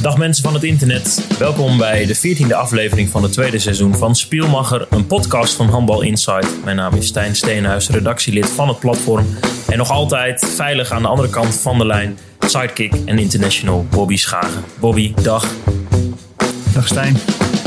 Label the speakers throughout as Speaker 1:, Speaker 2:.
Speaker 1: Dag mensen van het internet, welkom bij de 14e aflevering van het tweede seizoen van Spielmacher, een podcast van Handbal Insight. Mijn naam is Stijn Steenhuis, redactielid van het platform en nog altijd veilig aan de andere kant van de lijn, sidekick en international Bobby Schagen. Bobby, dag.
Speaker 2: Dag Stijn.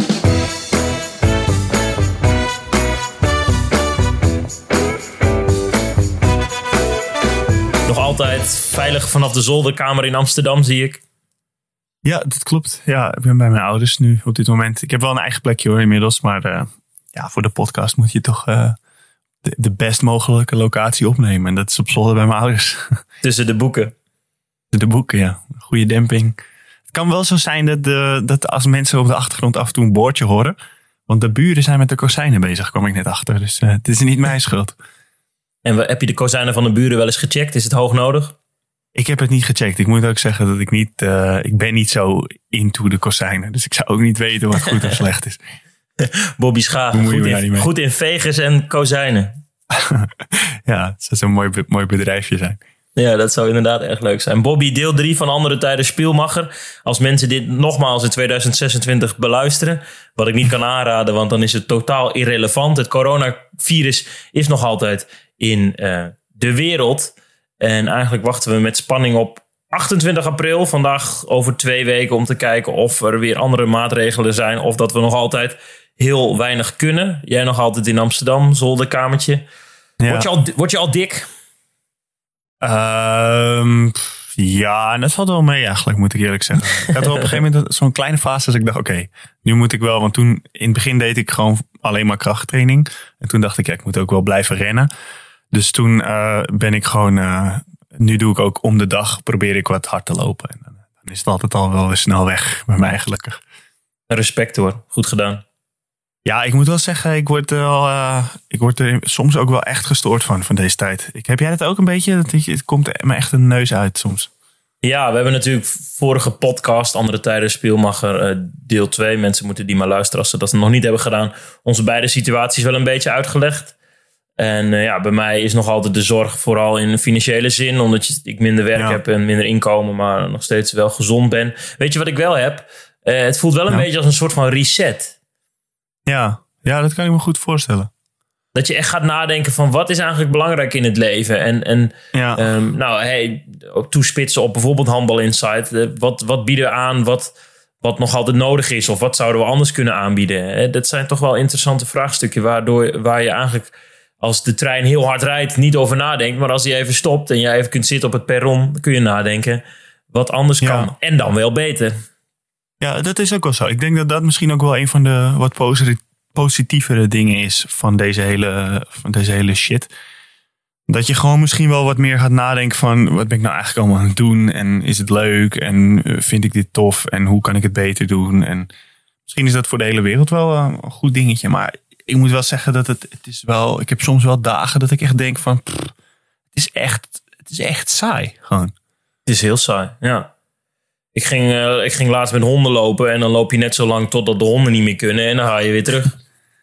Speaker 1: Nog altijd veilig vanaf de zolderkamer in Amsterdam, zie ik.
Speaker 2: Ja, dat klopt. Ja, ik ben bij mijn ouders nu op dit moment. Ik heb wel een eigen plekje hoor inmiddels. Maar voor de podcast moet je toch de best mogelijke locatie opnemen. En dat is op zolder bij mijn ouders.
Speaker 1: Tussen de boeken.
Speaker 2: De boeken, ja. Goede demping. Het kan wel zo zijn dat als mensen op de achtergrond af en toe een boordje horen. Want de buren zijn met de kozijnen bezig, kwam ik net achter. Dus het is niet mijn schuld.
Speaker 1: En heb je de kozijnen van de buren wel eens gecheckt? Is het hoog nodig?
Speaker 2: Ik heb het niet gecheckt. Ik moet ook zeggen dat ik ben niet zo into de kozijnen. Dus ik zou ook niet weten wat goed of slecht is.
Speaker 1: Bobby Schagen, goed in vegers en kozijnen.
Speaker 2: Ja, het zou zo'n mooi bedrijfje zijn.
Speaker 1: Ja, dat zou inderdaad erg leuk zijn. Bobby, deel 3 van Andere Tijden Spielmacher. Als mensen dit nogmaals in 2026 beluisteren, wat ik niet kan aanraden, want dan is het totaal irrelevant. Het coronavirus is nog altijd in de wereld. En eigenlijk wachten we met spanning op 28 april, vandaag over 2 weken, om te kijken of er weer andere maatregelen zijn. Of dat we nog altijd heel weinig kunnen. Jij nog altijd in Amsterdam, zolderkamertje. Ja. Word je al dik?
Speaker 2: Ja, en dat valt wel mee eigenlijk, moet ik eerlijk zeggen. Ik had wel op een gegeven moment zo'n kleine fase dat ik dacht, oké, nu moet ik wel. Want toen, in het begin deed ik gewoon alleen maar krachttraining. En toen dacht ik, ja, ik moet ook wel blijven rennen. Dus toen ben ik gewoon, nu doe ik ook om de dag, probeer ik wat hard te lopen. En dan is het altijd al wel weer snel weg bij mij gelukkig.
Speaker 1: Respect hoor, goed gedaan.
Speaker 2: Ja, ik moet wel zeggen, ik word er soms ook wel echt gestoord van deze tijd. Heb jij dat ook een beetje? Het komt me echt een neus uit soms. Ja,
Speaker 1: we hebben natuurlijk vorige podcast, Andere Tijden Spielmacher, deel 2. Mensen moeten die maar luisteren als ze dat nog niet hebben gedaan. Onze beide situaties wel een beetje uitgelegd. En bij mij is nog altijd de zorg vooral in financiële zin. Omdat ik minder werk heb en minder inkomen, maar nog steeds wel gezond ben. Weet je wat ik wel heb? Het voelt wel een beetje als een soort van reset.
Speaker 2: Ja, dat kan ik me goed voorstellen.
Speaker 1: Dat je echt gaat nadenken van wat is eigenlijk belangrijk in het leven. En toespitsen op bijvoorbeeld Handbal Insight. Wat bieden we aan, wat nog altijd nodig is? Of wat zouden we anders kunnen aanbieden? Dat zijn toch wel interessante vraagstukken waar je eigenlijk, als de trein heel hard rijdt, niet over nadenkt. Maar als die even stopt en je even kunt zitten op het perron, dan kun je nadenken wat anders kan. En dan wel beter.
Speaker 2: Ja, dat is ook wel zo. Ik denk dat dat misschien ook wel een van de wat positievere dingen is van deze hele shit. Dat je gewoon misschien wel wat meer gaat nadenken van, wat ben ik nou eigenlijk allemaal aan het doen? En is het leuk? En vind ik dit tof? En hoe kan ik het beter doen? En misschien is dat voor de hele wereld wel een goed dingetje. Maar ik moet wel zeggen dat het is wel, ik heb soms wel dagen dat ik echt denk van, het is echt saai gewoon.
Speaker 1: Het is heel saai, ja. Ik ging laatst met honden lopen en dan loop je net zo lang totdat de honden niet meer kunnen en dan ga je weer terug.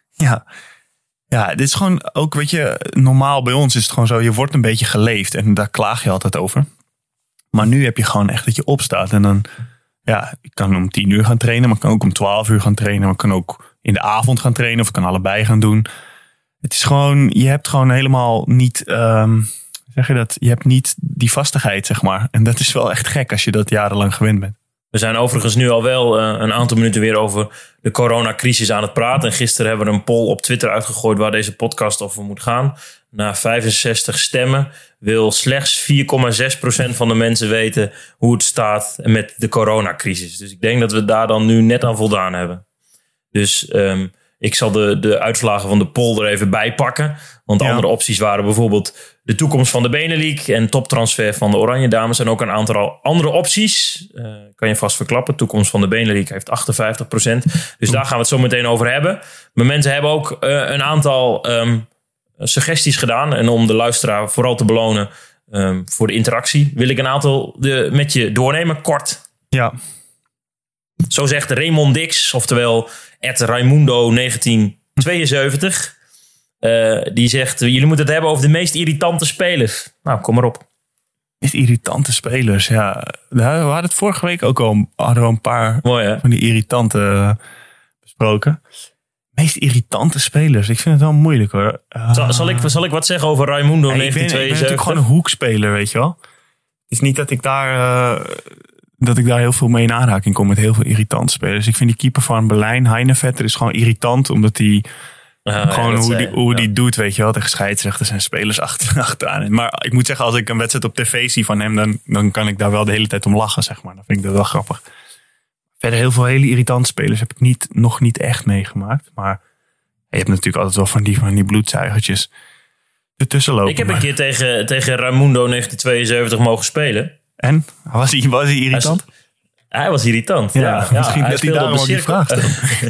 Speaker 2: Ja, dit is gewoon ook, weet je, normaal bij ons is het gewoon zo, je wordt een beetje geleefd en daar klaag je altijd over. Maar nu heb je gewoon echt dat je opstaat en dan, ik kan om 10 uur gaan trainen, maar ik kan ook om 12 uur gaan trainen, maar ik kan ook in de avond gaan trainen of ik kan allebei gaan doen. Het is gewoon, je hebt gewoon helemaal niet, zeg je dat? Je hebt niet die vastigheid, zeg maar. En dat is wel echt gek als je dat jarenlang gewend bent.
Speaker 1: We zijn overigens nu al wel een aantal minuten weer over de coronacrisis aan het praten. En gisteren hebben we een poll op Twitter uitgegooid waar deze podcast over moet gaan. Na 65 stemmen wil slechts 4,6% van de mensen weten hoe het staat met de coronacrisis. Dus ik denk dat we daar dan nu net aan voldaan hebben. Dus ik zal de uitslagen van de poll er even bij pakken. Want andere opties waren bijvoorbeeld de toekomst van de Benelux en toptransfer van de Oranje Dames. En ook een aantal andere opties. Kan je vast verklappen. Toekomst van de Benelux heeft 58%. Dus daar gaan we het zo meteen over hebben. Maar mensen hebben ook een aantal suggesties gedaan. En om de luisteraar vooral te belonen voor de interactie, wil ik een aantal met je doornemen. Kort.
Speaker 2: Ja.
Speaker 1: Zo zegt Raymond Dix, oftewel @Raimundo1972. Die zegt, jullie moeten het hebben over de meest irritante spelers. Nou, kom maar op.
Speaker 2: Meest irritante spelers, ja. We hadden het vorige week ook al. Hadden we een paar van die irritante besproken. Meest irritante spelers. Ik vind het wel moeilijk hoor.
Speaker 1: Zal ik wat zeggen over Raimundo 1972?
Speaker 2: Ik ben natuurlijk gewoon een hoekspeler, weet je wel. Het is niet dat ik daar heel veel mee in aanraking kom met heel veel irritante spelers. Ik vind die keeper van Berlijn, Heinevetter, is gewoon irritant. Omdat hij hoe die doet, weet je wel. Tegen scheidsrechters en spelers achteraan. Maar ik moet zeggen, als ik een wedstrijd op tv zie van hem, dan kan ik daar wel de hele tijd om lachen, zeg maar. Dan vind ik dat wel grappig. Verder heel veel hele irritante spelers heb ik nog niet echt meegemaakt. Maar je hebt natuurlijk altijd wel van die bloedzuigertjes ertussen lopen. Ik
Speaker 1: heb een keer tegen Raimundo 1972 mogen spelen.
Speaker 2: En? Was hij irritant?
Speaker 1: Hij was irritant.
Speaker 2: Ja, misschien dat hij daarom ook die vraag stelde.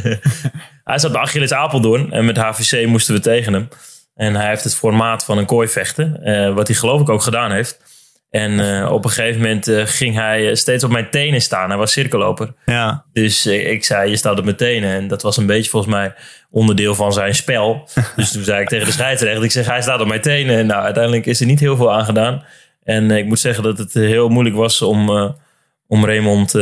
Speaker 1: Hij zat bij Achilles Apeldoorn en met HVC moesten we tegen hem. En hij heeft het formaat van een kooi vechten. Wat hij geloof ik ook gedaan heeft. En op een gegeven moment ging hij steeds op mijn tenen staan. Hij was cirkelloper. Ja. Dus ik zei, je staat op mijn tenen. En dat was een beetje volgens mij onderdeel van zijn spel. Dus toen zei ik tegen de scheidsrechter, ik zeg, hij staat op mijn tenen. En nou, uiteindelijk is er niet heel veel aan gedaan. En ik moet zeggen dat het heel moeilijk was om Raymond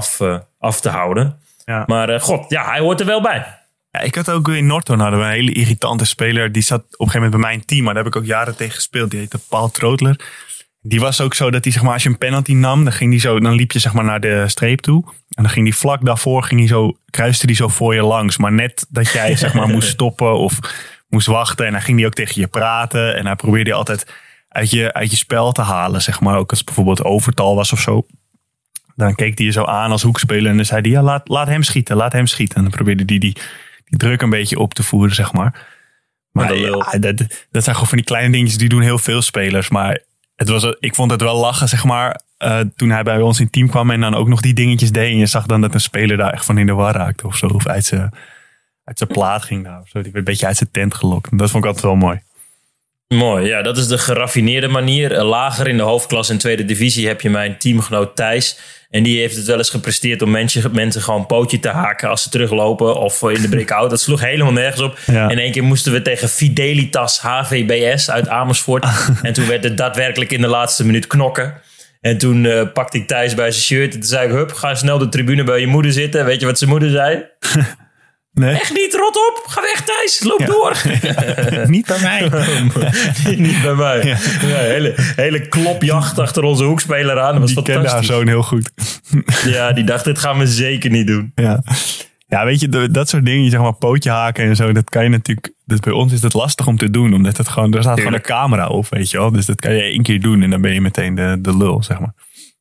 Speaker 1: af te houden. Ja. Maar hij hoort er wel bij.
Speaker 2: Ja, ik had ook in Norton hadden we een hele irritante speler. Die zat op een gegeven moment bij mijn team. Maar daar heb ik ook jaren tegen gespeeld. Die heette Paul Trootler. Die was ook zo dat hij, zeg maar, als je een penalty nam, dan liep je, zeg maar, naar de streep toe. En dan ging hij vlak daarvoor, kruiste hij zo voor je langs. Maar net dat jij, zeg maar, moest stoppen of moest wachten. En dan ging hij ook tegen je praten. En hij probeerde je altijd uit je spel te halen, zeg maar. Ook als het bijvoorbeeld overtal was of zo. Dan keek hij je zo aan als hoekspeler. En dan zei hij, ja, laat hem schieten. En dan probeerde hij die druk een beetje op te voeren, zeg maar. Maar dat zijn gewoon van die kleine dingetjes, die doen heel veel spelers. Maar ik vond het wel lachen, zeg maar, toen hij bij ons in het team kwam en dan ook nog die dingetjes deed. En je zag dan dat een speler daar echt van in de war raakte of zo. Of uit zijn plaat ging daar of zo. Die werd een beetje uit zijn tent gelokt. En dat vond ik altijd wel mooi.
Speaker 1: Mooi, ja, dat is de geraffineerde manier. Lager in de hoofdklasse in tweede divisie heb je mijn teamgenoot Thijs. En die heeft het wel eens gepresteerd om mensen gewoon een pootje te haken als ze teruglopen of in de break-out. Dat sloeg helemaal nergens op. Ja. En één keer moesten we tegen Fidelitas HVBS uit Amersfoort. En toen werd het daadwerkelijk in de laatste minuut knokken. En toen pakte ik Thijs bij zijn shirt en toen zei ik, hup, ga snel de tribune bij je moeder zitten. Weet je wat zijn moeder zei? Nee. Echt niet, rot op. Ga weg, Thijs. Loop door.
Speaker 2: Niet bij mij.
Speaker 1: Niet bij mij. Ja. Ja, hele klopjacht achter onze hoekspeler aan. Dat was fantastisch.
Speaker 2: Die kende haar zoon heel goed.
Speaker 1: Ja, die dacht, dit gaan we zeker niet doen.
Speaker 2: Ja, weet je, dat soort dingen, zeg maar, pootje haken en zo, dat kan je natuurlijk, bij ons is dat lastig om te doen, omdat het gewoon, er staat gewoon een camera op, weet je wel. Dus dat kan je 1 keer doen en dan ben je meteen de lul, zeg maar.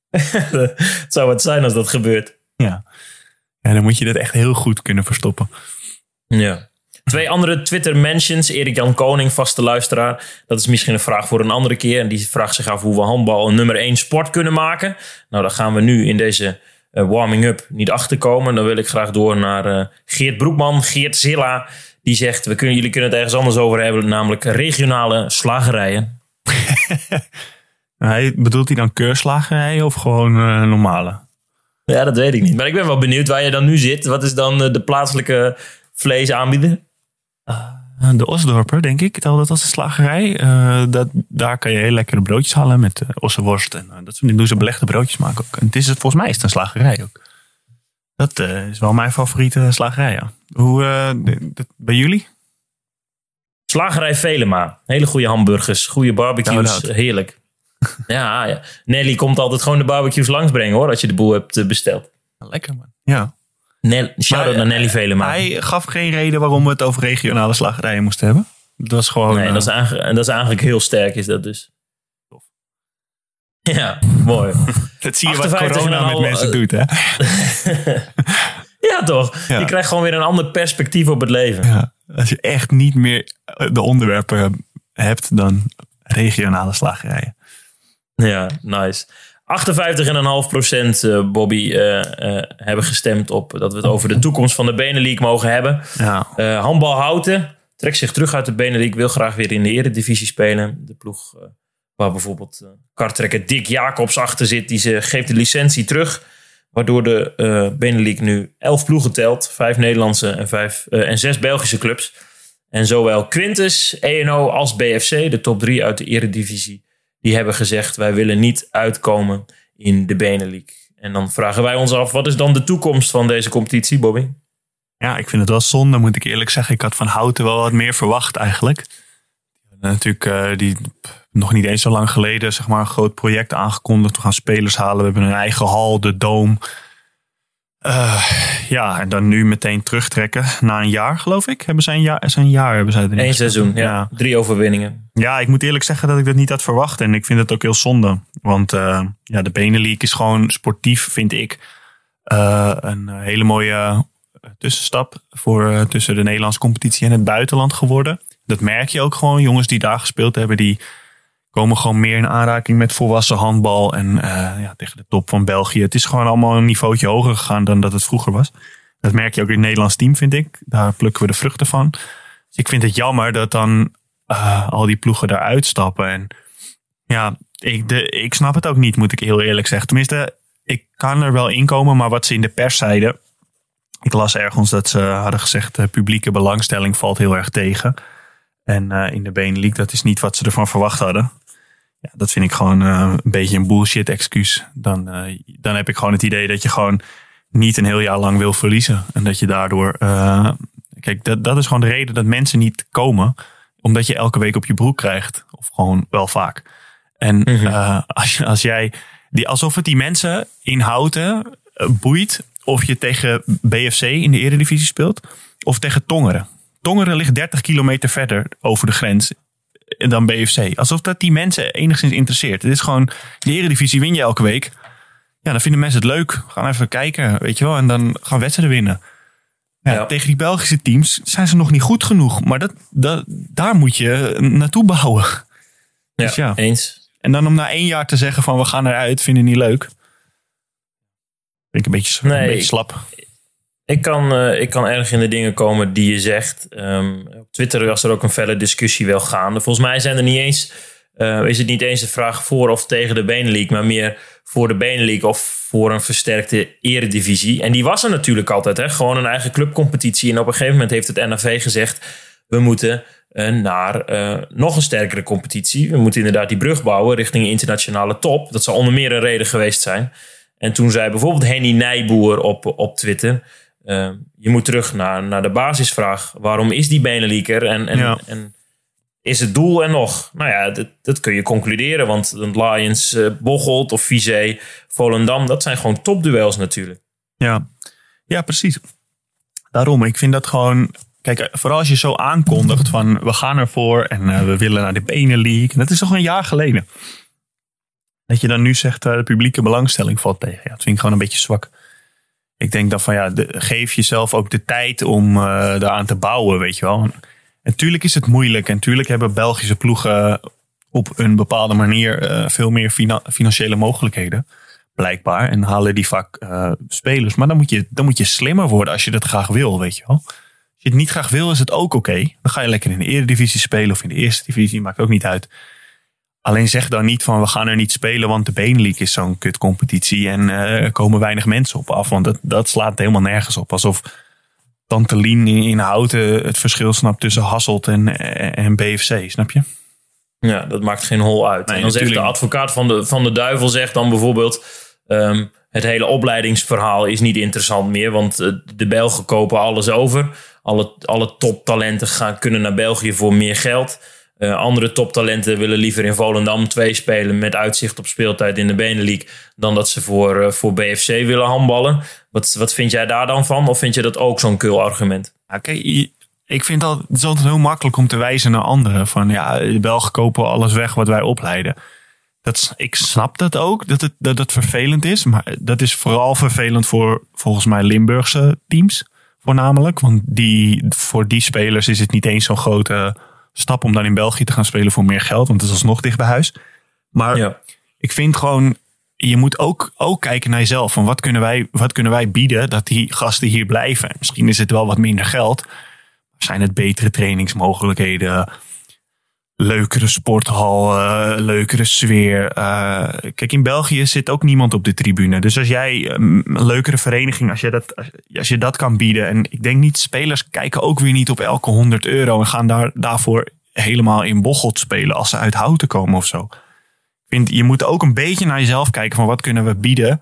Speaker 1: Het zou wat zijn als dat gebeurt.
Speaker 2: Ja. Ja, dan moet je dat echt heel goed kunnen verstoppen.
Speaker 1: Ja. 2 andere Twitter-mentions. Erik-Jan Koning, vaste luisteraar. Dat is misschien een vraag voor een andere keer. En die vraagt zich af hoe we handbal een nummer 1 sport kunnen maken. Nou, daar gaan we nu in deze warming-up niet achterkomen. Dan wil ik graag door naar Geert Broekman, Geert Zilla. Die zegt, jullie kunnen het ergens anders over hebben. Namelijk regionale slagerijen.
Speaker 2: Bedoelt hij dan keurslagerijen of gewoon normale?
Speaker 1: Ja, dat weet ik niet. Maar ik ben wel benieuwd waar je dan nu zit. Wat is dan de plaatselijke vleesaanbieder?
Speaker 2: De Osdorper, denk ik. Dat als een slagerij. Daar kan je heel lekkere broodjes halen met ossenworst. En dat soort dingen. Doen ze belegde broodjes maken ook. En volgens mij is het een slagerij ook. Dat is wel mijn favoriete slagerij, ja. Bij jullie?
Speaker 1: Slagerij Velema. Hele goede hamburgers. Goede barbecues. Heerlijk. Ja. Nelly komt altijd gewoon de barbecues langsbrengen, hoor. Als je de boel hebt besteld.
Speaker 2: Lekker, man. Ja.
Speaker 1: Shout-out naar Nelly Velema.
Speaker 2: Hij gaf geen reden waarom we het over regionale slagerijen moesten hebben. Dat was gewoon...
Speaker 1: Nee, dat is eigenlijk heel sterk, is dat dus.
Speaker 2: Tof.
Speaker 1: Ja, mooi.
Speaker 2: Dat zie je wat corona met mensen doet, hè?
Speaker 1: Ja, toch? Ja. Je krijgt gewoon weer een ander perspectief op het leven. Ja.
Speaker 2: Als je echt niet meer de onderwerpen hebt, dan regionale slagerijen.
Speaker 1: Ja, nice. 58,5% Bobby hebben gestemd op dat we het over de toekomst van de Benelux mogen hebben. Ja. Handbal Houten trekt zich terug uit de Benelux, wil graag weer in de eredivisie spelen. De ploeg waar bijvoorbeeld karttrekker Dick Jacobs achter zit, die geeft de licentie terug. Waardoor de Benelux nu 11 ploegen telt. 5 Nederlandse en 6 Belgische clubs. En zowel Quintus, ENO als BFC, de top 3 uit de eredivisie, die hebben gezegd, wij willen niet uitkomen in de Benelux. En dan vragen wij ons af, wat is dan de toekomst van deze competitie, Bobby?
Speaker 2: Ja, ik vind het wel zonde, moet ik eerlijk zeggen. Ik had van Houten wel wat meer verwacht eigenlijk. Natuurlijk, die nog niet eens zo lang geleden zeg maar, een groot project aangekondigd. We gaan spelers halen, we hebben een eigen hal, de Dome. En dan nu meteen terugtrekken. Na een jaar, geloof ik. Hebben ze een jaar hebben ze erin.
Speaker 1: 1 seizoen, ja. 3 overwinningen.
Speaker 2: Ja, ik moet eerlijk zeggen dat ik dat niet had verwacht. En ik vind het ook heel zonde. Want de Benelux is gewoon sportief, vind ik, een hele mooie tussenstap voor tussen de Nederlandse competitie en het buitenland geworden. Dat merk je ook gewoon. Jongens die daar gespeeld hebben, die komen gewoon meer in aanraking met volwassen handbal. En tegen de top van België. Het is gewoon allemaal een niveautje hoger gegaan dan dat het vroeger was. Dat merk je ook in het Nederlands team, vind ik. Daar plukken we de vruchten van. Dus ik vind het jammer dat dan al die ploegen daar uitstappen. En ja, ik snap het ook niet, moet ik heel eerlijk zeggen. Tenminste, ik kan er wel inkomen, maar wat ze in de pers zeiden. Ik las ergens dat ze hadden gezegd, publieke belangstelling valt heel erg tegen. En in de Benelux, dat is niet wat ze ervan verwacht hadden. Ja, dat vind ik gewoon een beetje een bullshit excuus. Dan heb ik gewoon het idee dat je gewoon niet een heel jaar lang wil verliezen. En dat je daardoor... kijk, dat is gewoon de reden dat mensen niet komen. Omdat je elke week op je broek krijgt. Of gewoon wel vaak. En als jij... alsof het die mensen in Houten boeit of je tegen BFC in de Eredivisie speelt. Of tegen Tongeren. Tongeren ligt 30 kilometer verder over de grens dan BFC. Alsof dat die mensen enigszins interesseert. Het is gewoon, de Eredivisie win je elke week. Ja, dan vinden mensen het leuk. Gaan even kijken, weet je wel. En dan gaan wedstrijden winnen. Ja. Tegen die Belgische teams zijn ze nog niet goed genoeg. Maar daar moet je naartoe bouwen.
Speaker 1: Ja, dus eens.
Speaker 2: En dan om na 1 jaar te zeggen van we gaan eruit, vinden niet leuk. Vind ik een beetje slap.
Speaker 1: Ik kan erg in de dingen komen die je zegt. Op Twitter was er ook een felle discussie wel gaande. Volgens mij zijn er niet eens, is het niet eens de vraag voor of tegen de Benelux, maar meer voor de Benelux of voor een versterkte eredivisie. En die was er natuurlijk altijd. Hè? Gewoon een eigen clubcompetitie. En op een gegeven moment heeft het NAV gezegd, we moeten naar nog een sterkere competitie. We moeten inderdaad die brug bouwen richting internationale top. Dat zal onder meer een reden geweest zijn. En toen zei bijvoorbeeld Henny Nijboer op Twitter, je moet terug naar de basisvraag. Waarom is die Benelux er? En is het doel er nog? Nou ja, dat kun je concluderen. Want Lions, Bocholt of Vizé, Volendam, dat zijn gewoon topduels natuurlijk.
Speaker 2: Ja, precies. Daarom, ik vind dat gewoon... Kijk, vooral als je zo aankondigt van we gaan ervoor en we willen naar de Benelux. Dat is toch een jaar geleden. Dat je dan nu zegt de publieke belangstelling valt tegen. Ja, dat vind ik gewoon een beetje zwak. Ik denk dan van geef jezelf ook de tijd om daaraan te bouwen, weet je wel. En tuurlijk is het moeilijk. En tuurlijk hebben Belgische ploegen op een bepaalde manier veel meer financiële mogelijkheden. Blijkbaar. En halen die vaak spelers. Maar dan moet je slimmer worden als je dat graag wil, weet je wel. Als je het niet graag wil, is het ook oké. Dan ga je lekker in de Eredivisie spelen of in de Eerste Divisie. Maakt ook niet uit. Alleen zeg dan niet van we gaan er niet spelen, want de Benelux is zo'n kutcompetitie en er komen weinig mensen op af. Want dat slaat helemaal nergens op. Alsof Tante Lien in Houten het verschil snapt tussen Hasselt en BFC, snap je?
Speaker 1: Ja, dat maakt geen hol uit.
Speaker 2: Nee,
Speaker 1: en dan zegt de advocaat van de duivel zegt dan bijvoorbeeld, het hele opleidingsverhaal is niet interessant meer, want de Belgen kopen alles over. Alle toptalenten kunnen naar België voor meer geld. Andere toptalenten willen liever in Volendam 2 spelen met uitzicht op speeltijd in de Benelux dan dat ze voor BFC willen handballen. Wat vind jij daar dan van? Of vind je dat ook zo'n kul argument?
Speaker 2: Ja, kijk, ik vind het is altijd heel makkelijk om te wijzen naar anderen. Van de Belgen kopen alles weg wat wij opleiden. Ik snap dat ook, dat het vervelend is. Maar dat is vooral vervelend voor volgens mij Limburgse teams voornamelijk. Want voor die spelers is het niet eens zo'n grote stap om dan in België te gaan spelen voor meer geld. Want het is alsnog dicht bij huis. Maar ik vind gewoon, je moet ook kijken naar jezelf. Van wat kunnen wij bieden dat die gasten hier blijven? Misschien is het wel wat minder geld. Zijn het betere trainingsmogelijkheden? Leukere sporthal, leukere sfeer. Kijk, in België zit ook niemand op de tribune. Dus als jij een leukere vereniging, als je dat kan bieden. En ik denk niet, spelers kijken ook weer niet op elke €100 en gaan daarvoor helemaal in Bocholt spelen als ze uit Houten komen of zo. Je moet ook een beetje naar jezelf kijken van wat kunnen we bieden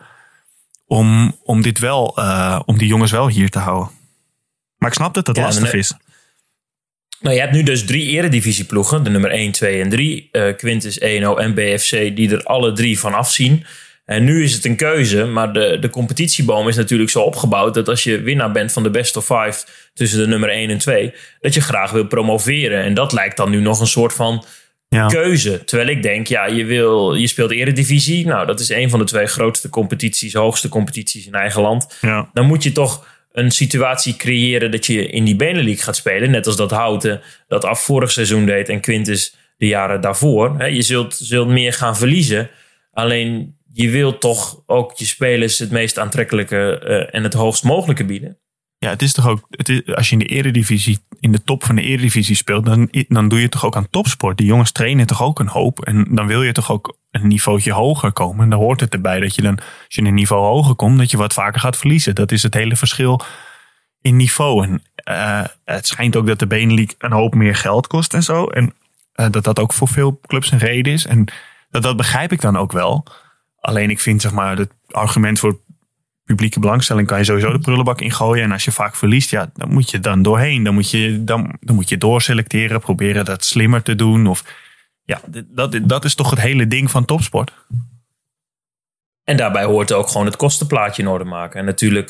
Speaker 2: om die jongens wel hier te houden. Maar ik snap dat het lastig is.
Speaker 1: Nou, je hebt nu dus 3 eredivisieploegen. De nummer 1, 2 en 3. Quintus, ENO en BFC die er alle 3 van afzien. En nu is het een keuze. Maar de competitieboom is natuurlijk zo opgebouwd dat als je winnaar bent van de best of 5 tussen de nummer 1 en 2, dat je graag wil promoveren. En dat lijkt dan nu nog een soort van keuze. Terwijl ik denk, je speelt eredivisie. Nou, dat is een van de 2 grootste competities, hoogste competities in eigen land. Ja. Dan moet je toch een situatie creëren dat je in die Benelux gaat spelen. Net als dat Houten dat af vorig seizoen deed en Quintus de jaren daarvoor. Je zult meer gaan verliezen. Alleen je wilt toch ook je spelers het meest aantrekkelijke en het hoogst mogelijke bieden.
Speaker 2: Ja, het is toch ook, als je in de eredivisie, in de top van de eredivisie speelt, dan doe je toch ook aan topsport. Die jongens trainen toch ook een hoop. En dan wil je toch ook een niveautje hoger komen. En dan hoort het erbij dat je dan, als je een niveau hoger komt, dat je wat vaker gaat verliezen. Dat is het hele verschil in niveau. En het schijnt ook dat de Benelux een hoop meer geld kost en zo. En dat ook voor veel clubs een reden is. En dat begrijp ik dan ook wel. Alleen ik vind, zeg maar, het argument voor publieke belangstelling kan je sowieso de prullenbak ingooien. En als je vaak verliest, dan moet je dan doorheen. Dan moet je doorselecteren, proberen dat slimmer te doen. Of dat is toch het hele ding van topsport.
Speaker 1: En daarbij hoort ook gewoon het kostenplaatje in orde maken. En natuurlijk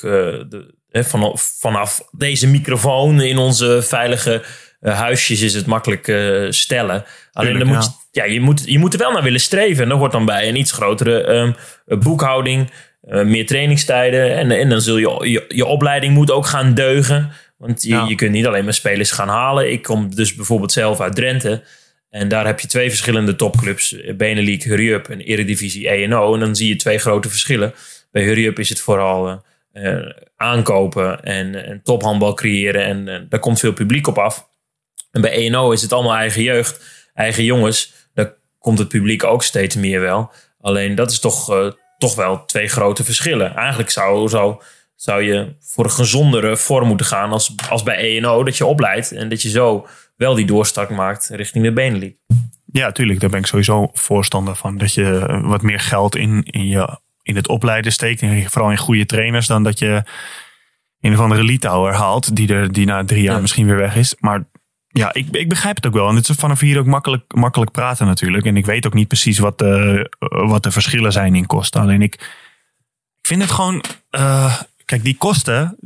Speaker 1: vanaf deze microfoon in onze veilige huisjes is het makkelijk stellen. Alleen dan je moet er wel naar willen streven. En daar hoort dan bij een iets grotere boekhouding, meer trainingstijden. En dan zul je opleiding moet ook gaan deugen. Want je kunt niet alleen maar spelers gaan halen. Ik kom dus bijvoorbeeld zelf uit Drenthe. En daar heb je 2 verschillende topclubs. Benelux, Hurry-up en Eredivisie ENO. En dan zie je 2 grote verschillen. Bij Hurry-up is het vooral aankopen en tophandbal creëren. En daar komt veel publiek op af. En bij ENO is het allemaal eigen jeugd, eigen jongens. Daar komt het publiek ook steeds meer wel. Alleen dat is toch wel 2 grote verschillen. Eigenlijk zou je voor een gezondere vorm moeten gaan als bij ENO. Dat je opleidt en dat je zo wel die doorstart maakt richting de Benelux.
Speaker 2: Ja, tuurlijk. Daar ben ik sowieso voorstander van. Dat je wat meer geld in het opleiden steekt. En vooral in goede trainers. Dan dat je een of andere Litouwer haalt. Die na 3 jaar misschien weer weg is. Maar ja, ik begrijp het ook wel. En het is vanaf hier ook makkelijk praten natuurlijk. En ik weet ook niet precies wat de verschillen zijn in kosten. Alleen ik vind het gewoon... kijk, die kosten,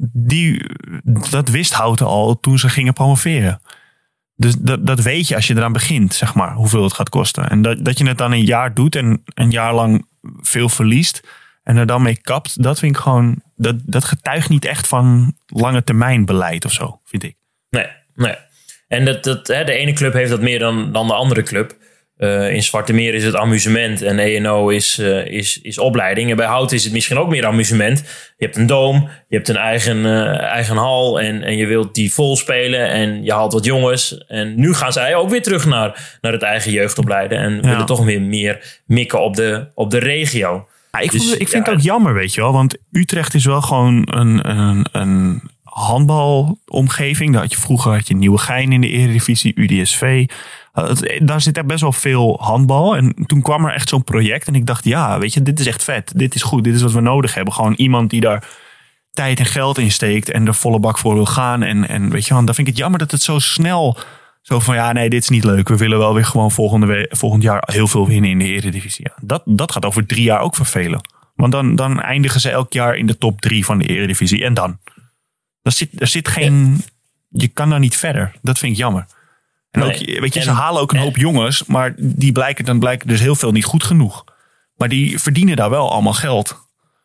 Speaker 2: dat wist Houten al toen ze gingen promoveren. Dus dat weet je als je eraan begint, zeg maar, hoeveel het gaat kosten. En dat je het dan een jaar doet en een jaar lang veel verliest en er dan mee kapt, dat vind ik gewoon, dat getuigt niet echt van lange termijn beleid of zo, vind ik.
Speaker 1: Nee. En de ene club heeft dat meer dan de andere club. In Zwarte Meer is het amusement en ENO is opleiding. En bij Houten is het misschien ook meer amusement. Je hebt een doom, je hebt een eigen hal en je wilt die vol spelen en je haalt wat jongens. En nu gaan zij ook weer terug naar het eigen jeugdopleiden en willen toch weer meer mikken op de regio.
Speaker 2: Ja, ik vind het ook jammer, weet je wel. Want Utrecht is wel gewoon een handbalomgeving. Vroeger had je Nieuwegein in de Eredivisie, UDSV. Daar zit best wel veel handbal. En toen kwam er echt zo'n project. En ik dacht, ja, weet je, dit is echt vet. Dit is goed. Dit is wat we nodig hebben. Gewoon iemand die daar tijd en geld in steekt. En er volle bak voor wil gaan. En weet je, dan vind ik het jammer dat het zo snel... Zo van, ja, nee, dit is niet leuk. We willen wel weer gewoon volgend jaar heel veel winnen in de Eredivisie. Ja, dat gaat over 3 jaar ook vervelen. Want dan eindigen ze elk jaar in de top 3 van de Eredivisie. En dan? Er zit geen... Je kan daar niet verder. Dat vind ik jammer. En ook, weet je, ze halen ook een hoop jongens, maar die blijken dus heel veel niet goed genoeg. Maar die verdienen daar wel allemaal geld.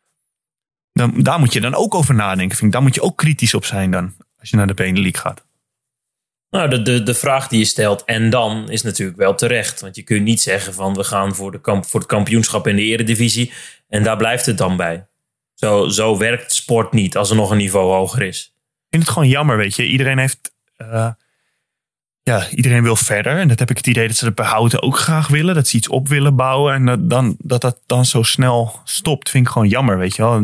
Speaker 2: Daar moet je dan ook over nadenken, vind ik. Daar moet je ook kritisch op zijn dan, als je naar de Benelux gaat.
Speaker 1: Nou, de vraag die je stelt en dan is natuurlijk wel terecht. Want je kunt niet zeggen van we gaan voor het kampioenschap in de Eredivisie en daar blijft het dan bij. Zo werkt sport niet als er nog een niveau hoger is.
Speaker 2: Ik vind het gewoon jammer, weet je. Iedereen heeft... iedereen wil verder. En dat heb ik het idee dat ze het bij Houten ook graag willen. Dat ze iets op willen bouwen. En dat dan zo snel stopt, vind ik gewoon jammer, weet je wel.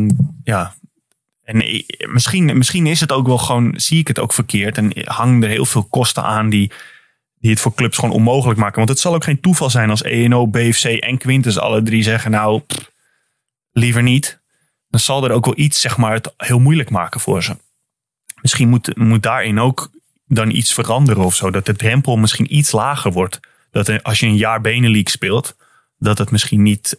Speaker 2: En misschien is het ook wel gewoon... Zie ik het ook verkeerd. En hangen er heel veel kosten aan die die het voor clubs gewoon onmogelijk maken. Want het zal ook geen toeval zijn als ENO, BFC en Quintus alle 3 zeggen, nou, liever niet. Dan zal er ook wel iets, zeg maar, het heel moeilijk maken voor ze. Misschien moet daarin ook dan iets veranderen of zo. Dat de drempel misschien iets lager wordt. Dat als je een jaar Benelux speelt, dat het misschien niet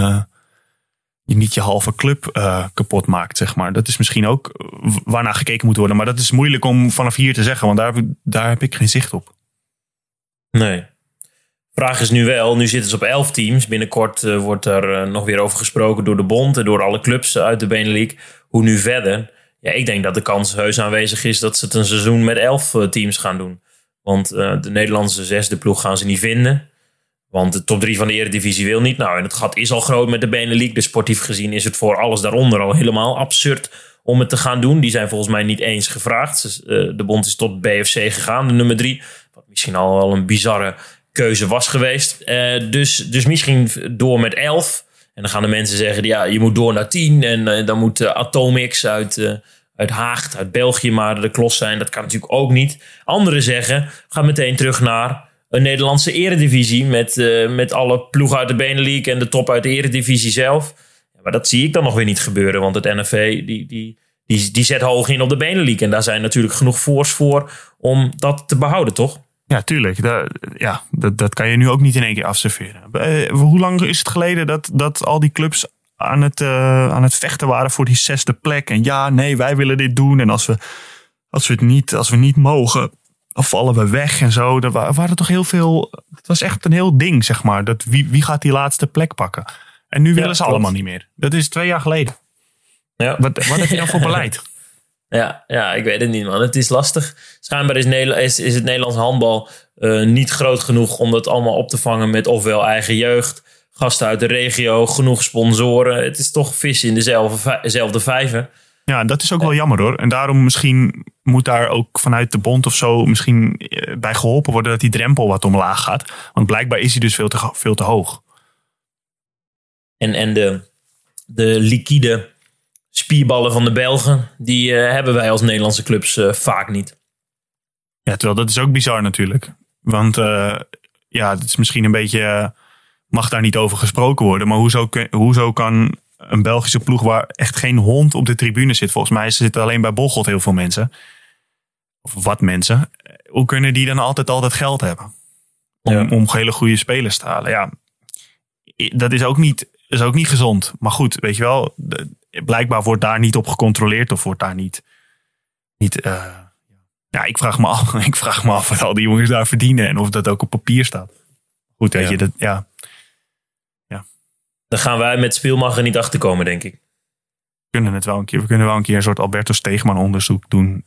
Speaker 2: je halve club kapot maakt, zeg maar. Dat is misschien ook waarnaar gekeken moet worden. Maar dat is moeilijk om vanaf hier te zeggen, want daar heb ik geen zicht op.
Speaker 1: Nee. Vraag is nu wel, nu zitten ze op 11 teams. Binnenkort wordt er nog weer over gesproken door de bond en door alle clubs uit de Benelux. Hoe nu verder? Ja, ik denk dat de kans heus aanwezig is dat ze het een seizoen met 11 teams gaan doen. Want de Nederlandse 6e ploeg gaan ze niet vinden. Want de top 3 van de Eredivisie wil niet. Nou, en het gat is al groot met de Benelux. Dus sportief gezien is het voor alles daaronder al helemaal absurd om het te gaan doen. Die zijn volgens mij niet eens gevraagd. De bond is tot BFC gegaan, de nummer 3. Wat misschien al wel een bizarre keuze was geweest. Dus misschien door met 11. En dan gaan de mensen zeggen, ja, je moet door naar 10. En dan moet Atomix uit Haag, uit België maar de klos zijn. Dat kan natuurlijk ook niet. Anderen zeggen, ga meteen terug naar een Nederlandse eredivisie met alle ploegen uit de Benelux en de top uit de eredivisie zelf. Maar dat zie ik dan nog weer niet gebeuren, want het NFV die zet hoog in op de Benelux. En daar zijn natuurlijk genoeg voor's voor om dat te behouden, toch?
Speaker 2: Ja, tuurlijk. Dat kan je nu ook niet in één keer afserveren. Hoe lang is het geleden dat al die clubs aan het vechten waren voor die 6e plek? En ja, nee, wij willen dit doen. En als we niet mogen, dan vallen we weg en zo. Er waren toch heel veel. Het was echt een heel ding, zeg maar. Dat wie gaat die laatste plek pakken? En nu willen ze allemaal niet meer. Dat is 2 jaar geleden. Ja. Wat heb je dan voor beleid?
Speaker 1: Ja, ik weet het niet, man. Het is lastig. Schijnbaar is het Nederlands handbal niet groot genoeg om dat allemaal op te vangen met ofwel eigen jeugd, gasten uit de regio, genoeg sponsoren. Het is toch vissen in dezelfde vijver. Ja,
Speaker 2: dat is ook wel jammer, hoor. En daarom misschien moet daar ook vanuit de bond of zo misschien bij geholpen worden dat die drempel wat omlaag gaat. Want blijkbaar is hij dus veel te hoog.
Speaker 1: En de liquide spierballen van de Belgen, die hebben wij als Nederlandse clubs vaak niet.
Speaker 2: Ja, terwijl dat is ook bizar natuurlijk. Want het is misschien een beetje, mag daar niet over gesproken worden. Maar hoezo kan een Belgische ploeg waar echt geen hond op de tribune zit? Volgens mij zitten alleen bij Bocholt heel veel mensen. Of wat mensen. Hoe kunnen die dan altijd geld hebben? Om hele goede spelers te halen. Ja, dat is ook niet gezond. Maar goed, weet je wel, blijkbaar wordt daar niet op gecontroleerd of wordt daar niet. Ja, ik vraag me af wat al die jongens daar verdienen en of dat ook op papier staat. Goed, weet je, dat, ja.
Speaker 1: Dan gaan wij met Spielmacher niet achterkomen, denk ik.
Speaker 2: We kunnen wel een keer een soort Alberto Steegman onderzoek doen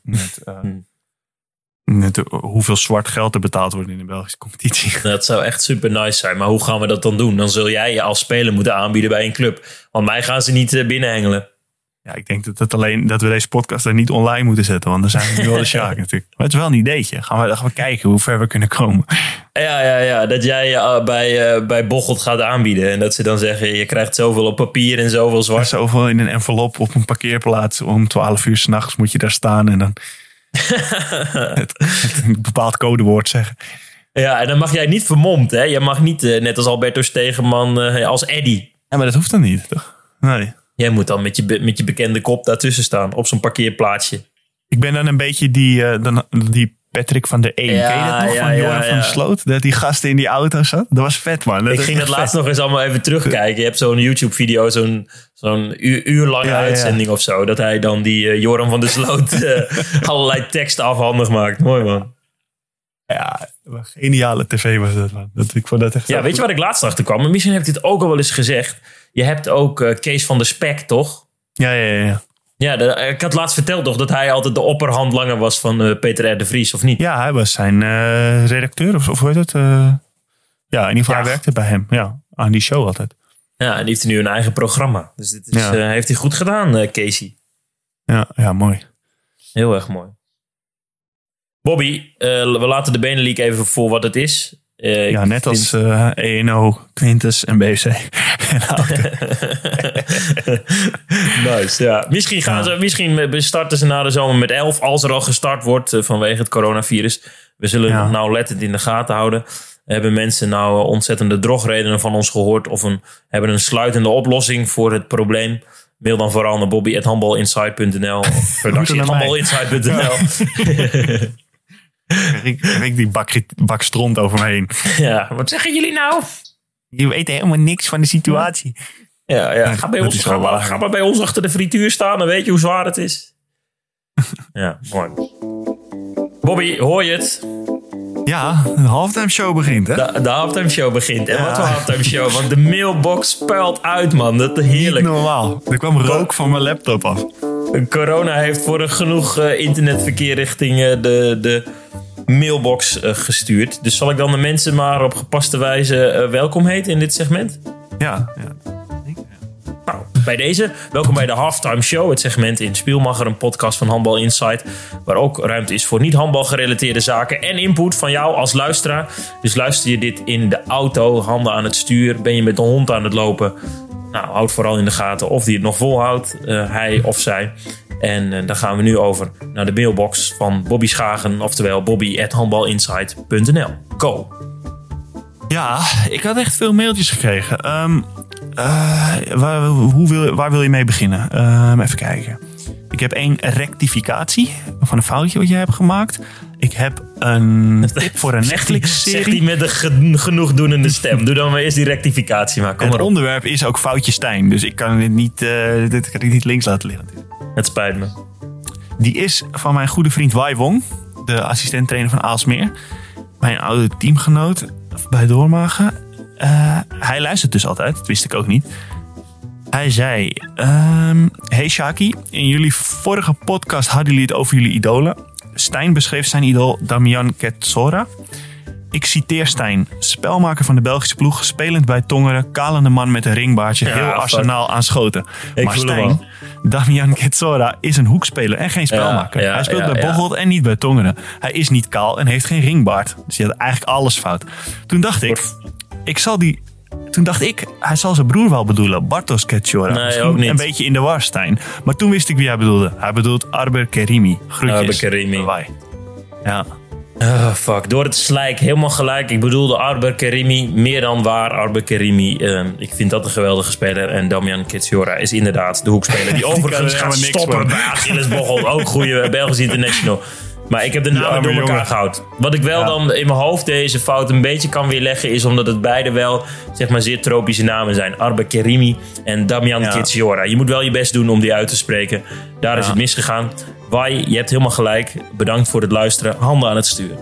Speaker 2: met hoeveel zwart geld er betaald wordt in de Belgische competitie.
Speaker 1: Dat zou echt super nice zijn. Maar hoe gaan we dat dan doen? Dan zul jij je als speler moeten aanbieden bij een club. Want mij gaan ze niet binnenhengelen.
Speaker 2: Ja, ik denk dat we deze podcast er niet online moeten zetten. Want dan zijn we nu wel de Sjaak natuurlijk. Maar het is wel een ideetje. Gaan we kijken hoe ver we kunnen komen.
Speaker 1: Ja. Dat jij bij Bocholt gaat aanbieden. En dat ze dan zeggen, je krijgt zoveel op papier en zoveel zwart.
Speaker 2: Zoveel in een envelop op een parkeerplaats. Om 12 uur 's nachts moet je daar staan. En dan een bepaald codewoord zeggen.
Speaker 1: Ja, en dan mag jij niet vermomd. Hè? Je mag niet, net als Alberto Stegeman, als Eddie.
Speaker 2: Ja, maar dat hoeft dan niet, toch? Nee.
Speaker 1: Jij moet dan met je bekende kop daartussen staan. Op zo'n parkeerplaatsje.
Speaker 2: Ik ben dan een beetje die Patrick van der Een. Ken je dat nog? Van Joran van der Sloot? Dat die gasten in die auto zat. Dat was vet, man.
Speaker 1: Ik ging dat laatst nog eens allemaal even terugkijken. Je hebt zo'n YouTube-video, zo'n uurlange uitzending of zo. Dat hij dan die Joran van der Sloot allerlei teksten afhandig maakt. Mooi, man.
Speaker 2: Ja, een geniale tv was dat, man. Ik vond dat echt
Speaker 1: weet je wat ik laatst achter kwam? Misschien heb ik dit ook al wel eens gezegd. Je hebt ook Kees van der Spek, toch?
Speaker 2: Ja.
Speaker 1: Ja, ik had laatst verteld toch dat hij altijd de opperhandlanger was van Peter R. de Vries, of niet?
Speaker 2: Ja, hij was zijn redacteur, of hoe heet het? Ja, in ieder geval hij werkte bij hem. Ja, aan die show altijd.
Speaker 1: Ja, en die heeft nu een eigen programma. Dus dit heeft hij goed gedaan, Casey.
Speaker 2: Ja, mooi.
Speaker 1: Heel erg mooi. Bobby, we laten de Benelux even voor wat het is.
Speaker 2: net als ENO, Quintus en BFC.
Speaker 1: Nice, ja. Misschien starten ze na de zomer met 11, als er al gestart wordt vanwege het coronavirus. We zullen het nauwlettend in de gaten houden. Hebben mensen nou ontzettende drogredenen van ons gehoord of hebben een sluitende oplossing voor het probleem? Mail dan vooral naar bobby@handballinsight.nl of redactie@handballinsight.nl.
Speaker 2: Riek die bak stront over me heen.
Speaker 1: Ja, wat zeggen jullie nou?
Speaker 2: Je weet helemaal niks van de situatie.
Speaker 1: Ja. Ga maar bij ons achter de frituur staan, dan weet je hoe zwaar het is. Ja, mooi. Bobby, hoor je het?
Speaker 2: Ja, de halftime show begint, hè?
Speaker 1: De halftime show begint. En wat voor halftime show? Want de mailbox puilt uit, man. Dat is heerlijk.
Speaker 2: Niet normaal. Er kwam rook van mijn laptop af.
Speaker 1: Corona heeft voor genoeg internetverkeer richting de mailbox gestuurd. Dus zal ik dan de mensen maar op gepaste wijze welkom heten in dit segment?
Speaker 2: Ja.
Speaker 1: Nou, bij deze, welkom bij de Halftime Show, het segment in Spielmacher, een podcast van Handbal Insight, waar ook ruimte is voor niet-handbal gerelateerde zaken en input van jou als luisteraar. Dus luister je dit in de auto, handen aan het stuur, ben je met de hond aan het lopen? Nou, houd vooral in de gaten of die het nog volhoudt, hij of zij. En dan gaan we nu over naar de mailbox van Bobby Schagen, oftewel bobby@handbalinsight.nl. Go!
Speaker 2: Ja, ik had echt veel mailtjes gekregen. Waar wil je mee beginnen? Even kijken. Ik heb 1 rectificatie van een foutje wat je hebt gemaakt. Ik heb een tip voor een Netflix-serie.
Speaker 1: Zeg die met een genoegdoenende stem. Doe dan maar eerst die rectificatie. Maar kom
Speaker 2: het
Speaker 1: maar op.
Speaker 2: onderwerp is ook Foutje Stijn. Dus ik kan dit kan ik niet links laten liggen.
Speaker 1: Het spijt me.
Speaker 2: Die is van mijn goede vriend Wai Wong. De assistent-trainer van Aalsmeer. Mijn oude teamgenoot bij Doormagen. Hij luistert dus altijd. Dat wist ik ook niet. Hij zei... Hey Shaki, in jullie vorige podcast hadden jullie het over jullie idolen. Stijn beschreef zijn idool Damian Ketsora. Ik citeer Stijn. Spelmaker van de Belgische ploeg. Spelend bij Tongeren. Kalende man met een ringbaardje. Heel arsenaal aan schoten. Maar Stijn, Damian Ketsora is een hoekspeler en geen spelmaker. Hij speelt bij Bocholt en niet bij Tongeren. Hij is niet kaal en heeft geen ringbaard. Dus hij had eigenlijk alles fout. Toen dacht ik, hij zal zijn broer wel bedoelen. Bartosz Ketsora.
Speaker 1: Nee, ook niet.
Speaker 2: Een beetje in de war, Stijn. Maar toen wist ik wie hij bedoelde. Hij bedoelt Arber Kerimi. Groetjes.
Speaker 1: Arber Kerimi.
Speaker 2: Ja.
Speaker 1: Fuck, door het slijk, helemaal gelijk. Ik bedoelde Arber Kerimi, meer dan waar. Arber Kerimi, ik vind dat een geweldige speler. En Damian Ketsora is inderdaad de hoekspeler die overigens gaat stoppen bij Achilles Bocholt. Ook goede Belgische international. Maar ik heb de namen door elkaar gehouden. Wat ik wel dan in mijn hoofd deze fout een beetje kan weerleggen is omdat het beide wel zeg maar zeer tropische namen zijn. Arber Kerimi en Damian Ketsora. Je moet wel je best doen om die uit te spreken. Daar is het misgegaan. Wai, je hebt helemaal gelijk. Bedankt voor het luisteren. Handen aan het stuur.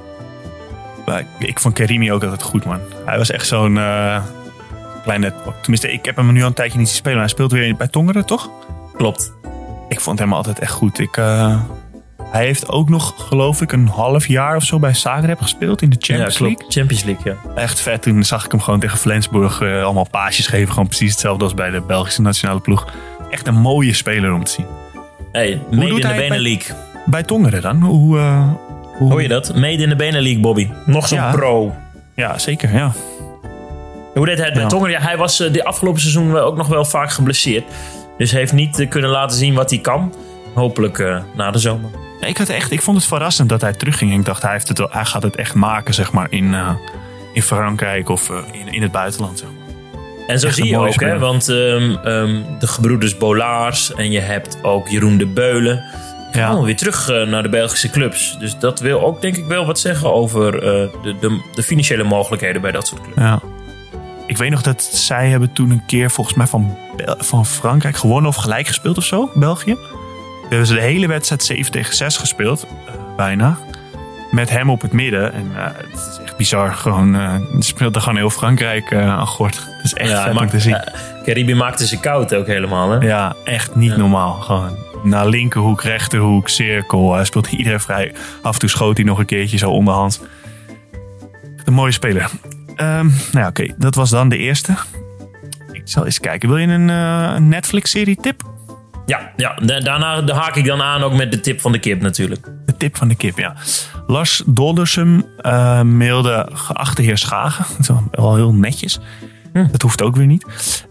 Speaker 2: Ik vond Kerimi ook altijd goed, man. Hij was echt zo'n kleine... Tenminste, ik heb hem nu al een tijdje niet zien spelen. Hij speelt weer bij Tongeren, toch?
Speaker 1: Klopt.
Speaker 2: Ik vond hem altijd echt goed. Hij heeft ook nog, geloof ik, een half jaar of zo bij Zagreb gespeeld in de Champions League.
Speaker 1: Champions League, ja.
Speaker 2: Echt vet. Toen zag ik hem gewoon tegen Flensburg allemaal paasjes geven. Gewoon precies hetzelfde als bij de Belgische nationale ploeg. Echt een mooie speler om te zien.
Speaker 1: Hey, made in de Benelux.
Speaker 2: Bij Tongeren dan? Hoe
Speaker 1: hoor je dat? Made in de Benelux, Bobby. Nog zo'n pro.
Speaker 2: Ja, zeker, ja.
Speaker 1: Hoe deed hij bij Tongeren? Ja, hij was de afgelopen seizoen ook nog wel vaak geblesseerd. Dus heeft niet kunnen laten zien wat hij kan. Hopelijk na de zomer.
Speaker 2: Ik vond het verrassend dat hij terugging. Ik dacht, hij gaat het echt maken, zeg maar, in Frankrijk of in het buitenland, zeg maar.
Speaker 1: En zo echt zie je ook, hè? Want de gebroeders Bolaars en je hebt ook Jeroen de Beulen. Gaan allemaal weer terug naar de Belgische clubs. Dus dat wil ook denk ik wel wat zeggen over de financiële mogelijkheden bij dat soort clubs.
Speaker 2: Ja. Ik weet nog dat zij hebben toen een keer volgens mij van Frankrijk gewonnen of gelijk gespeeld of zo, België. Hebben ze de hele wedstrijd 7-6 gespeeld, bijna. Met hem op het midden. En het is echt bizar. Gewoon, speelde gewoon heel Frankrijk aan gort. Het is echt vet om te zien.
Speaker 1: Kerimi maakte ze koud ook helemaal, hè?
Speaker 2: Ja, echt niet normaal. Gewoon naar linkerhoek, rechterhoek, cirkel. Hij speelt iedereen vrij. Af en toe schoot hij nog een keertje zo onderhand. Een mooie speler. Oké, dat was dan de eerste. Ik zal eens kijken. Wil je een Netflix-serie tip?
Speaker 1: Ja, daarna haak ik dan aan ook met de tip van de kip natuurlijk.
Speaker 2: De tip van de kip, ja. Lars Doldersum mailde: geachte heer Schagen. Dat is wel heel netjes. Dat hoeft ook weer niet.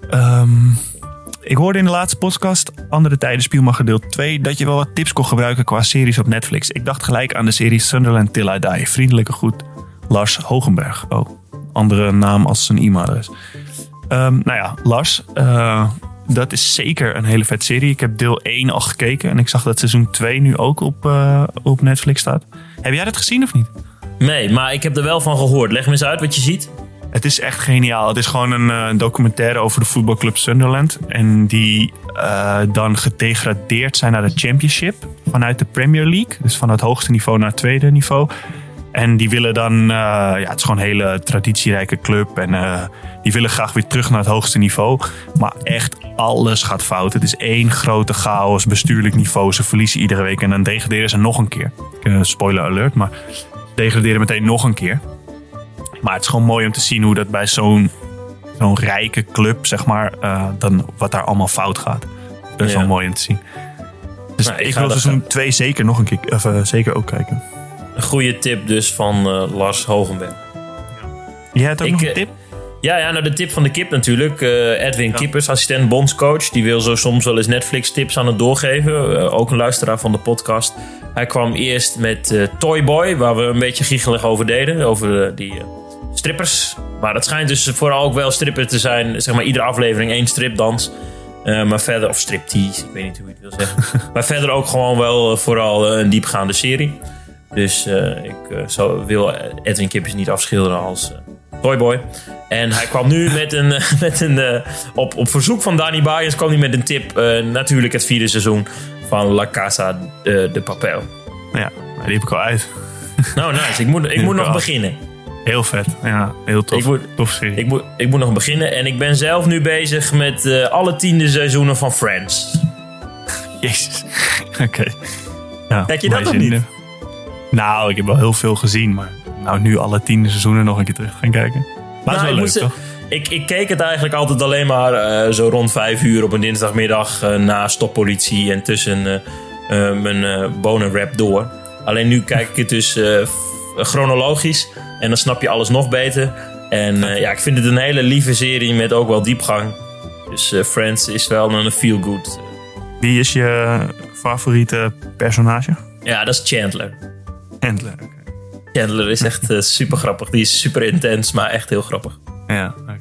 Speaker 2: Ik hoorde in de laatste podcast, Andere Tijden Spielmacher deel 2... dat je wel wat tips kon gebruiken qua series op Netflix. Ik dacht gelijk aan de serie Sunderland Till I Die. Vriendelijke groet, Lars Hogenberg. Oh, andere naam als zijn e-mailadres. Lars, dat is zeker een hele vet serie. Ik heb deel 1 al gekeken en ik zag dat seizoen 2 nu ook op Netflix staat. Heb jij dat gezien of niet?
Speaker 1: Nee, maar ik heb er wel van gehoord. Leg me eens uit wat je ziet.
Speaker 2: Het is echt geniaal. Het is gewoon een documentaire over de voetbalclub Sunderland. En die dan gedegradeerd zijn naar de Championship vanuit de Premier League. Dus van het hoogste niveau naar het tweede niveau. En die willen dan... het is gewoon een hele traditierijke club. En die willen graag weer terug naar het hoogste niveau. Maar echt alles gaat fout. Het is één grote chaos, bestuurlijk niveau. Ze verliezen iedere week en dan degraderen ze nog een keer. Spoiler alert, maar degraderen meteen nog een keer. Maar het is gewoon mooi om te zien hoe dat bij zo'n rijke club, zeg maar, dan wat daar allemaal fout gaat. Dat is wel mooi om te zien. Dus ik wil seizoen 2 zeker nog een keer, zeker ook kijken.
Speaker 1: Een goede tip dus van Lars Hogenberg.
Speaker 2: Jij hebt ook nog een tip?
Speaker 1: Ja, de tip van de kip natuurlijk. Edwin Kippers, assistent bondscoach. Die wil zo soms wel eens Netflix tips aan het doorgeven. Ook een luisteraar van de podcast. Hij kwam eerst met Toy Boy, waar we een beetje giechelig over deden. Over die strippers. Maar dat schijnt dus vooral ook wel strippen te zijn. Zeg maar iedere aflevering 1 stripdans. Maar verder, of striptease, ik weet niet hoe je het wil zeggen. Maar verder ook gewoon wel vooral een diepgaande serie. Dus ik wil Edwin Kippers niet afschilderen als Toyboy. En hij kwam nu op verzoek van Danny Bayers kwam hij met een tip. Natuurlijk het 4e seizoen van La Casa de Papel.
Speaker 2: Ja, die heb ik al uit.
Speaker 1: Nou, nice. Ik moet nog beginnen.
Speaker 2: Heel vet. Ja, heel tof. Tof serie.
Speaker 1: Ik moet nog beginnen. En ik ben zelf nu bezig met alle 10e seizoenen van Friends.
Speaker 2: Jezus. Oké. Ja,
Speaker 1: kijk je dat nog niet?
Speaker 2: Nou, ik heb wel heel veel gezien. Maar nu alle 10e seizoenen nog een keer terug gaan kijken. Maar het is wel leuk, toch?
Speaker 1: Ik keek het eigenlijk altijd alleen maar zo rond 5 uur op een dinsdagmiddag na Stoppolitie en tussen mijn bonenrap door. Alleen nu kijk ik het dus chronologisch en dan snap je alles nog beter. En ik vind het een hele lieve serie met ook wel diepgang. Dus Friends is wel een feel-good.
Speaker 2: Wie is je favoriete personage?
Speaker 1: Ja, dat is Chandler.
Speaker 2: Chandler, oké.
Speaker 1: Chandler is echt super grappig. Die is super intens, maar echt heel grappig.
Speaker 2: Ja, oké.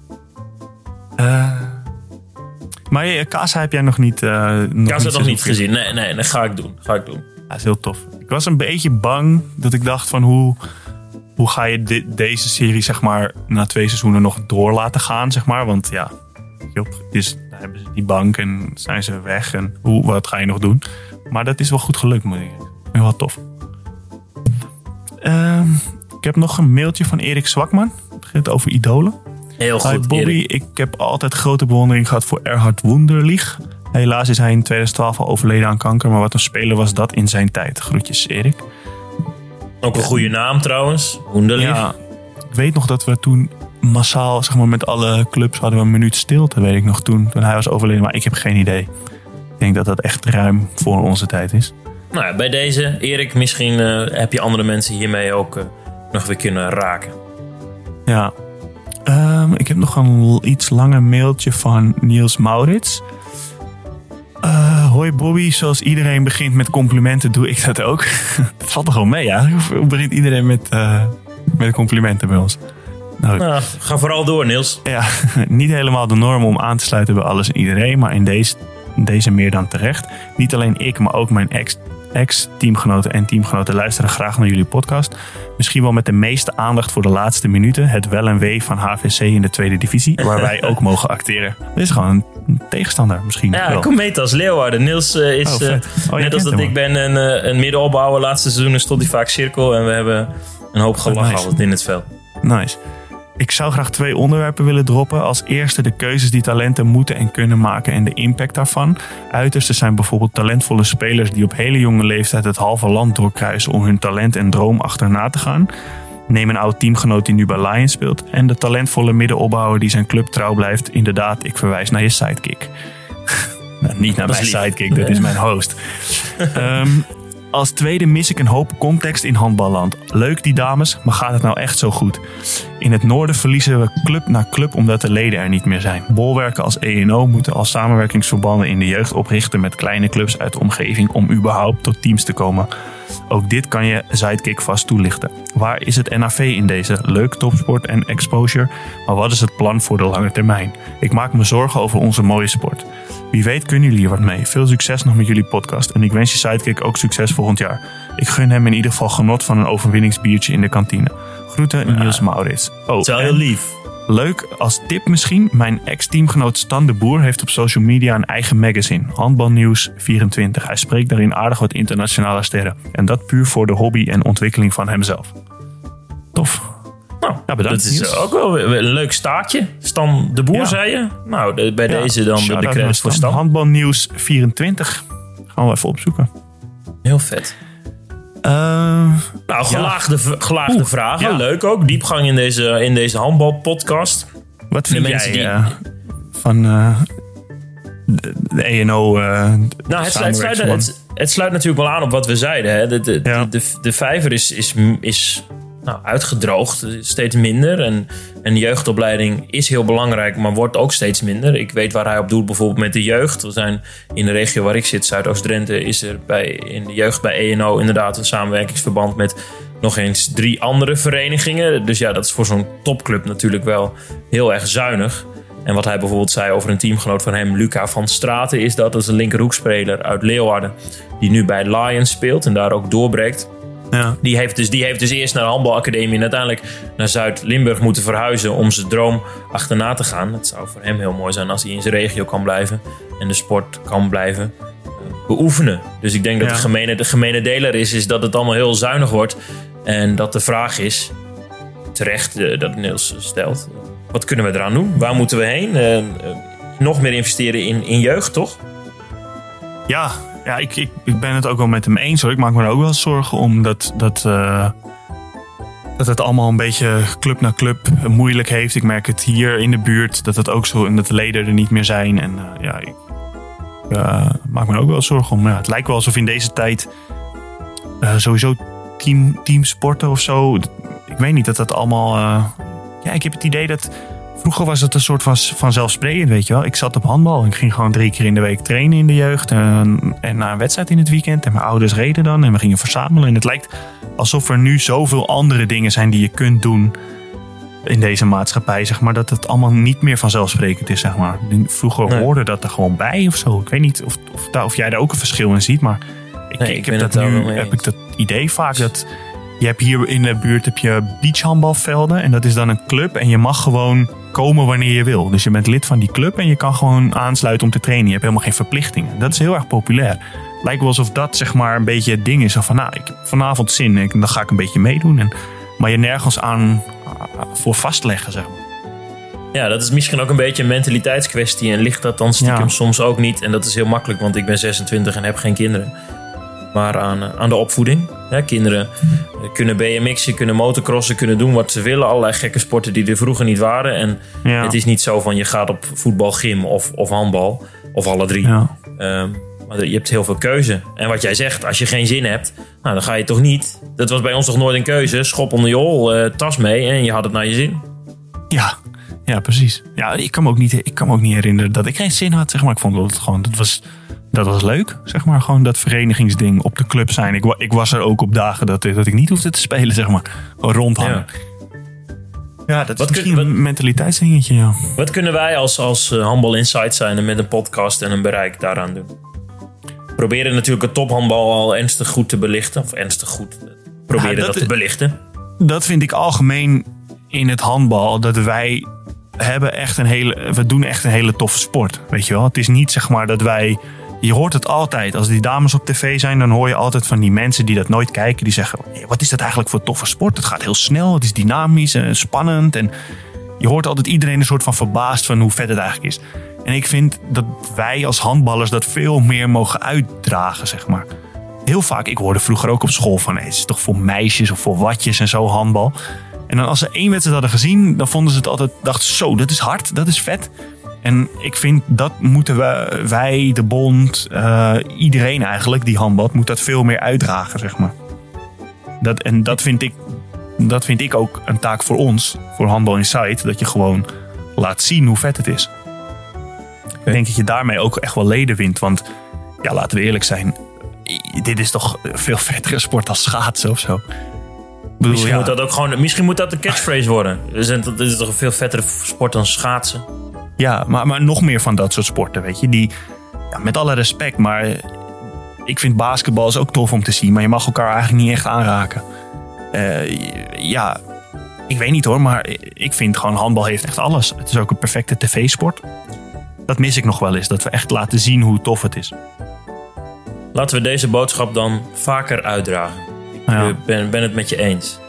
Speaker 2: Maar Casa heb jij nog niet
Speaker 1: Casa nog niet gezien. Nee, dat ga ik doen.
Speaker 2: Dat is heel tof. Ik was een beetje bang dat ik dacht van hoe ga je deze serie, zeg maar, na 2 seizoenen nog door laten gaan, zeg maar. Want ja, dan hebben ze die bank en zijn ze weg. En wat ga je nog doen? Maar dat is wel goed gelukt, moet ik zeggen. Wel tof. Ik heb nog een mailtje van Erik Zwakman. Het gaat over idolen.
Speaker 1: Heel goed,
Speaker 2: Hi Bobby,
Speaker 1: Erik.
Speaker 2: ik heb altijd grote bewondering gehad voor Erhard Wunderlich. Helaas is hij in 2012 al overleden aan kanker. Maar wat een speler was dat in zijn tijd. Groetjes, Erik.
Speaker 1: Ook een goede naam trouwens. Wunderlich.
Speaker 2: Ja, ik weet nog dat we toen massaal, zeg maar, met alle clubs hadden we een minuut stilte, weet ik nog toen hij was overleden. Maar ik heb geen idee. Ik denk dat dat echt ruim voor onze tijd is.
Speaker 1: Nou ja, bij deze, Erik, misschien heb je andere mensen hiermee ook nog weer kunnen raken.
Speaker 2: Ja. Ik heb nog een iets langer mailtje van Niels Maurits. Hoi Bobby, zoals iedereen begint met complimenten, doe ik dat ook. Dat valt toch wel mee, ja? Hoe begint iedereen met complimenten bij ons?
Speaker 1: Nou, ga vooral door, Niels.
Speaker 2: Ja, niet helemaal de norm om aan te sluiten bij alles en iedereen, maar in deze meer dan terecht. Niet alleen ik, maar ook mijn ex-teamgenoten en teamgenoten luisteren graag naar jullie podcast. Misschien wel met de meeste aandacht voor de laatste minuten. Het wel en wee van HVC in de tweede divisie, waar wij ook mogen acteren. Dit is gewoon een tegenstander misschien.
Speaker 1: Ja, Cometas Leeuwarden. Niels is net als dat ik ben een middenopbouwer. Laatste seizoenen stond hij vaak cirkel en we hebben een hoop gelach altijd in het veld.
Speaker 2: Nice. Ik zou graag 2 onderwerpen willen droppen. Als eerste de keuzes die talenten moeten en kunnen maken en de impact daarvan. Uiterste zijn bijvoorbeeld talentvolle spelers die op hele jonge leeftijd het halve land doorkruisen om hun talent en droom achterna te gaan. Neem een oud teamgenoot die nu bij Lions speelt. En de talentvolle middenopbouwer die zijn club trouw blijft. Inderdaad, ik verwijs naar je sidekick. Nou, niet naar mijn sidekick, dat is mijn host. Als tweede mis ik een hoop context in handballand. Leuk die dames, maar gaat het nou echt zo goed? In het noorden verliezen we club na club omdat de leden er niet meer zijn. Bolwerken als ENO moeten als samenwerkingsverbanden in de jeugd oprichten met kleine clubs uit de omgeving om überhaupt tot teams te komen. Ook dit kan je sidekick vast toelichten. Waar is het NAV in deze? Leuk topsport en exposure, maar wat is het plan voor de lange termijn? Ik maak me zorgen over onze mooie sport. Wie weet kunnen jullie hier wat mee. Veel succes nog met jullie podcast en ik wens je sidekick ook succes volgend jaar. Ik gun hem in ieder geval genot van een overwinningsbiertje in de kantine. Groeten, Niels Maurits.
Speaker 1: Het is wel heel lief.
Speaker 2: Leuk als tip misschien. Mijn ex-teamgenoot Stan de Boer heeft op social media een eigen magazine. Handbalnieuws 24. Hij spreekt daarin aardig wat internationale sterren. En dat puur voor de hobby en ontwikkeling van hemzelf. Tof.
Speaker 1: Nou,
Speaker 2: ja, bedankt,
Speaker 1: dat is
Speaker 2: Niels.
Speaker 1: ook wel een leuk staartje. Stan de Boer, zei je? Nou, bij deze dan de credits voor Stan.
Speaker 2: Handbalnieuws 24. Gaan we even opzoeken.
Speaker 1: Heel vet. Gelaagde vragen. Ja. Leuk ook. Diepgang in deze handbalpodcast.
Speaker 2: Wat vind jij van de ENO?
Speaker 1: Het sluit natuurlijk wel aan op wat we zeiden. Hè. De vijver is uitgedroogd. Steeds minder. En de jeugdopleiding is heel belangrijk, maar wordt ook steeds minder. Ik weet waar hij op doet, bijvoorbeeld met de jeugd. We zijn in de regio waar ik zit, Zuidoost-Drenthe, is er in de jeugd bij ENO inderdaad een samenwerkingsverband met nog eens 3 andere verenigingen. Dus ja, dat is voor zo'n topclub natuurlijk wel heel erg zuinig. En wat hij bijvoorbeeld zei over een teamgenoot van hem, Luca van Straten, is dat is een linkerhoekspeler uit Leeuwarden, die nu bij Lions speelt en daar ook doorbreekt. Ja. Die heeft dus eerst naar de handbalacademie en uiteindelijk naar Zuid-Limburg moeten verhuizen om zijn droom achterna te gaan. Het zou voor hem heel mooi zijn als hij in zijn regio kan blijven en de sport kan blijven beoefenen. Dus ik denk dat de gemene deler is dat het allemaal heel zuinig wordt en dat de vraag is, terecht dat Niels stelt, wat kunnen we eraan doen? Waar moeten we heen? Nog meer investeren in jeugd, toch?
Speaker 2: Ja, ik ben het ook wel met hem eens hoor. Ik maak me er ook wel zorgen om dat het allemaal een beetje club na club moeilijk heeft. Ik merk het hier in de buurt dat het ook zo en dat de leden er niet meer zijn. En ik maak me er ook wel zorgen om. Ja, het lijkt wel alsof in deze tijd sowieso teamsporten of zo. Ik weet niet dat dat allemaal. Ik heb het idee dat. Vroeger was het een soort van vanzelfsprekend, weet je wel. Ik zat op handbal en ik ging gewoon 3 keer in de week trainen in de jeugd. En naar een wedstrijd in het weekend. En mijn ouders reden dan en we gingen verzamelen. En het lijkt alsof er nu zoveel andere dingen zijn die je kunt doen in deze maatschappij, zeg maar. Dat het allemaal niet meer vanzelfsprekend is, zeg maar. Vroeger hoorde dat er gewoon bij of zo. Ik weet niet of jij daar ook een verschil in ziet, maar ik heb dat idee vaak dat. Je hebt hier in de buurt beachhandbalvelden en dat is dan een club en je mag gewoon komen wanneer je wil. Dus je bent lid van die club en je kan gewoon aansluiten om te trainen. Je hebt helemaal geen verplichtingen. Dat is heel erg populair. Lijkt wel alsof dat zeg maar een beetje het ding is. Van ik heb vanavond zin en dan ga ik een beetje meedoen. Maar je nergens aan voor vastleggen, zeg maar.
Speaker 1: Ja, dat is misschien ook een beetje een mentaliteitskwestie en ligt dat dan stiekem soms ook niet. En dat is heel makkelijk, want ik ben 26 en heb geen kinderen. Maar aan de opvoeding. Ja, kinderen kunnen BMX'en, kunnen motocrossen, kunnen doen wat ze willen. Allerlei gekke sporten die er vroeger niet waren. En het is niet zo van je gaat op voetbal, gym of handbal. Of alle 3. Ja. Maar je hebt heel veel keuze. En wat jij zegt, als je geen zin hebt, dan ga je toch niet. Dat was bij ons toch nooit een keuze. Schop onder je hol, tas mee en je had het naar je zin.
Speaker 2: Ja, precies. Ja, ik kan me ook niet herinneren dat ik geen zin had. Zeg maar. Ik vond dat gewoon, dat was leuk, zeg maar. Gewoon dat verenigingsding op de club zijn. Ik was er ook op dagen dat ik niet hoefde te spelen, zeg maar. Gewoon rondhangen. Ja, dat is misschien een mentaliteitsdingetje, ja.
Speaker 1: Wat kunnen wij als Handbal Insight zijn en met een podcast en een bereik daaraan doen? Proberen natuurlijk het tophandbal al ernstig goed te belichten. Of ernstig goed proberen dat te belichten. Dat
Speaker 2: vind ik algemeen in het handbal. Dat wij doen echt een hele toffe sport. Weet je wel? Het is niet zeg maar dat wij. Je hoort het altijd. Als die dames op tv zijn, dan hoor je altijd van die mensen die dat nooit kijken. Die zeggen, wat is dat eigenlijk voor toffe sport? Het gaat heel snel, het is dynamisch en spannend. En je hoort altijd iedereen een soort van verbaasd van hoe vet het eigenlijk is. En ik vind dat wij als handballers dat veel meer mogen uitdragen, zeg maar. Heel vaak, ik hoorde vroeger ook op school van, het is toch voor meisjes of voor watjes en zo handbal. En dan als ze 1 wedstrijd hadden gezien, dan vonden ze het altijd, dachten zo, dat is hard, dat is vet. En ik vind dat moeten wij, de bond, iedereen eigenlijk die handbalt, moet dat veel meer uitdragen, zeg maar. Dat vind ik ook een taak voor ons, voor Handbal Insight, dat je gewoon laat zien hoe vet het is. Ik denk dat je daarmee ook echt wel leden wint, want ja, laten we eerlijk zijn, dit is toch een veel vettere sport als schaatsen of zo.
Speaker 1: Misschien moet dat de catchphrase worden. Dit is toch een veel vettere sport dan schaatsen?
Speaker 2: Ja, maar nog meer van dat soort sporten, weet je. Die, ja, met alle respect, maar ik vind basketbal is ook tof om te zien. Maar je mag elkaar eigenlijk niet echt aanraken. Ik weet niet hoor, maar ik vind gewoon handbal heeft echt alles. Het is ook een perfecte tv-sport. Dat mis ik nog wel eens, dat we echt laten zien hoe tof het is.
Speaker 1: Laten we deze boodschap dan vaker uitdragen. Ik ben het met je eens.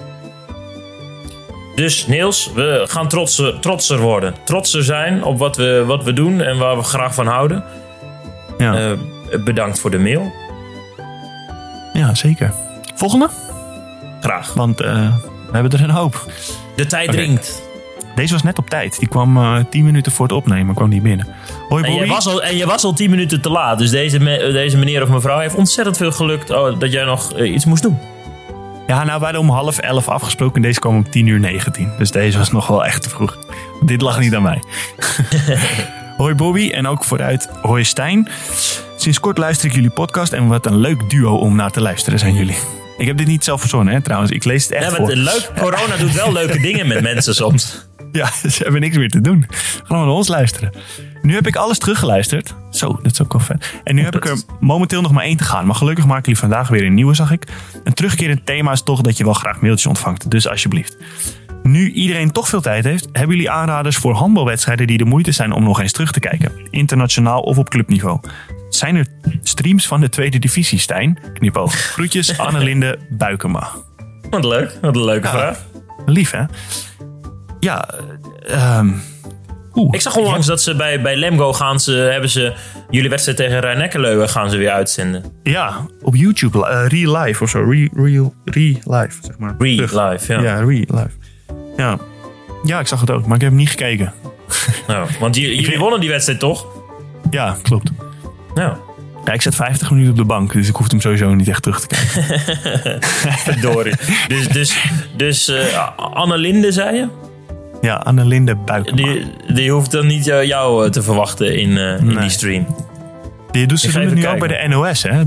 Speaker 1: Dus Niels, we gaan trotser worden. Trotser zijn op wat we doen en waar we graag van houden. Ja. Bedankt voor de mail.
Speaker 2: Ja, zeker. Volgende?
Speaker 1: Graag.
Speaker 2: Want we hebben er een hoop.
Speaker 1: De tijd dringt.
Speaker 2: Deze was net op tijd. Die kwam 10 minuten voor het opnemen. Kwam niet binnen. Hoi Bobby.
Speaker 1: En je was al 10 minuten te laat. Dus deze meneer of mevrouw heeft ontzettend veel gelukt dat jij nog iets moest doen.
Speaker 2: Ja, nou, we hadden om 10:30 afgesproken en deze kwam om 10:19. Dus deze was nog wel echt te vroeg. Dit lag niet aan mij. Hoi Bobby en ook vooruit hoi Stijn. Sinds kort luister ik jullie podcast en wat een leuk duo om naar te luisteren zijn jullie. Ik heb dit niet zelf verzonnen, hè, trouwens. Ik lees het echt voor.
Speaker 1: Leuk, corona doet wel leuke dingen met mensen soms.
Speaker 2: Ja, ze hebben niks meer te doen. Gaan we naar ons luisteren. Nu heb ik alles teruggeluisterd. Zo, dat is ook wel vet. En nu heb ik er momenteel nog maar 1 te gaan. Maar gelukkig maken jullie vandaag weer een nieuwe, zag ik. Een terugkerend thema is toch dat je wel graag mailtjes ontvangt. Dus alsjeblieft. Nu iedereen toch veel tijd heeft, hebben jullie aanraders voor handbalwedstrijden die de moeite zijn om nog eens terug te kijken. Internationaal of op clubniveau. Zijn er streams van de tweede divisie, Stijn? Knipoog. Groetjes, Annelinde Buikema.
Speaker 1: Wat leuk. Wat een leuke vraag.
Speaker 2: Lief, hè? Ja,
Speaker 1: ik zag onlangs dat ze bij Lemgo hebben ze jullie wedstrijd tegen Rhein-Neckar-Leuven gaan ze weer uitzenden.
Speaker 2: Ja, op YouTube, Real Life of zo. Real Life, zeg maar.
Speaker 1: Real Life, ja.
Speaker 2: Ja, Real Life. Ja, ik zag het ook, maar ik heb hem niet gekeken.
Speaker 1: Nou, want jullie wonnen die wedstrijd toch?
Speaker 2: Ja, klopt.
Speaker 1: Ja.
Speaker 2: Ja, ik zat 50 minuten op de bank, dus ik hoefde hem sowieso niet echt terug te kijken.
Speaker 1: Verdorie. Dus Annelinde, zei je?
Speaker 2: Ja, Annelinde Buikema.
Speaker 1: Die hoeft dan niet jou te verwachten in die stream.
Speaker 2: Ze doen het nu ook bij de NOS, hè?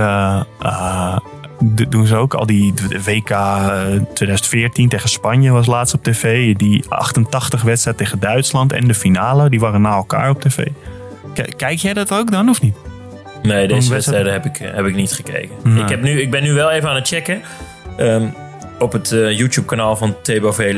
Speaker 2: Doen ze ook al die WK 2014 tegen Spanje was laatst op tv. Die 88 wedstrijd tegen Duitsland en de finale, die waren na elkaar op tv. Kijk jij dat ook dan, of niet?
Speaker 1: Nee, deze wedstrijden heb ik niet gekeken. Nee. Ik ben nu wel even aan het checken. Op het YouTube-kanaal van TBV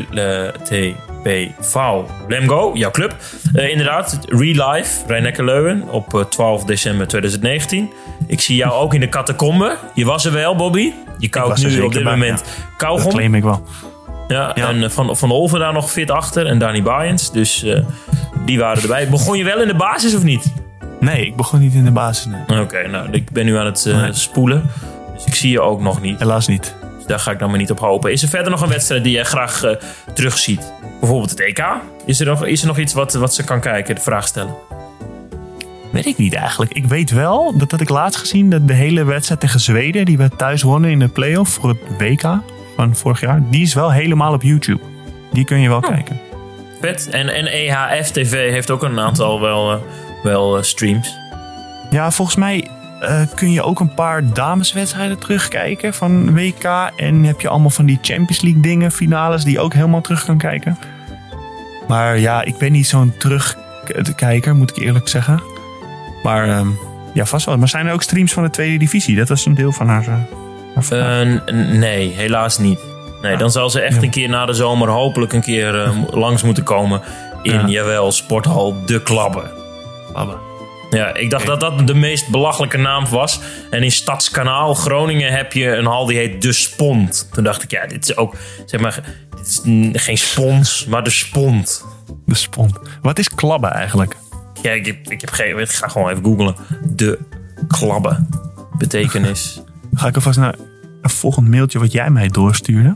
Speaker 1: Lemgo, jouw club. Inderdaad, Real Life, Rhein-Neckar-Leuven op 12 december 2019. Ik zie jou ook in de catacombe. Je was er wel, Bobby. Je koudt nu op dit moment kauwgom.
Speaker 2: Dat claim ik wel.
Speaker 1: Ja. En Van de Olven daar nog fit achter. En Danny Baaiens. Dus die waren erbij. Begon je wel in de basis of niet?
Speaker 2: Nee, ik begon niet in de basis. Nee.
Speaker 1: Oké, nou, ik ben nu aan het spoelen. Dus ik zie je ook nog niet.
Speaker 2: Helaas niet.
Speaker 1: Dus daar ga ik dan maar niet op hopen. Is er verder nog een wedstrijd die jij graag terugziet? Bijvoorbeeld het EK? Is er nog iets wat ze kan kijken? De vraag stellen.
Speaker 2: Weet ik niet eigenlijk. Ik weet wel, dat had ik laatst gezien, dat de hele wedstrijd tegen Zweden, die we thuis wonnen in de play-off voor het WK van vorig jaar, die is wel helemaal op YouTube. Die kun je wel kijken.
Speaker 1: Vet. En EHF TV heeft ook een aantal wel streams.
Speaker 2: Ja, volgens mij kun je ook een paar dameswedstrijden terugkijken van WK. En heb je allemaal van die Champions League dingen, finales, die je ook helemaal terug kan kijken. Maar ja, ik ben niet zo'n terugkijker, moet ik eerlijk zeggen. Maar ja, vast wel. Maar zijn er ook streams van de tweede divisie? Dat was een deel van haar
Speaker 1: nee, helaas niet. Nee, dan zal ze echt een keer na de zomer hopelijk een keer langs moeten komen in, jawel, sporthal De Klabbe. Ja, ik dacht dat dat de meest belachelijke naam was. En in Stadskanaal, Groningen, heb je een hal die heet De Spont. Toen dacht ik, ja, dit is ook, zeg maar, dit is geen spons, maar De Spont.
Speaker 2: De Spont. Wat is Klabbe eigenlijk?
Speaker 1: Ja, ik ga gewoon even googlen. De Klabbe. Betekenis.
Speaker 2: Ga ik alvast naar een volgend mailtje wat jij mij doorstuurde.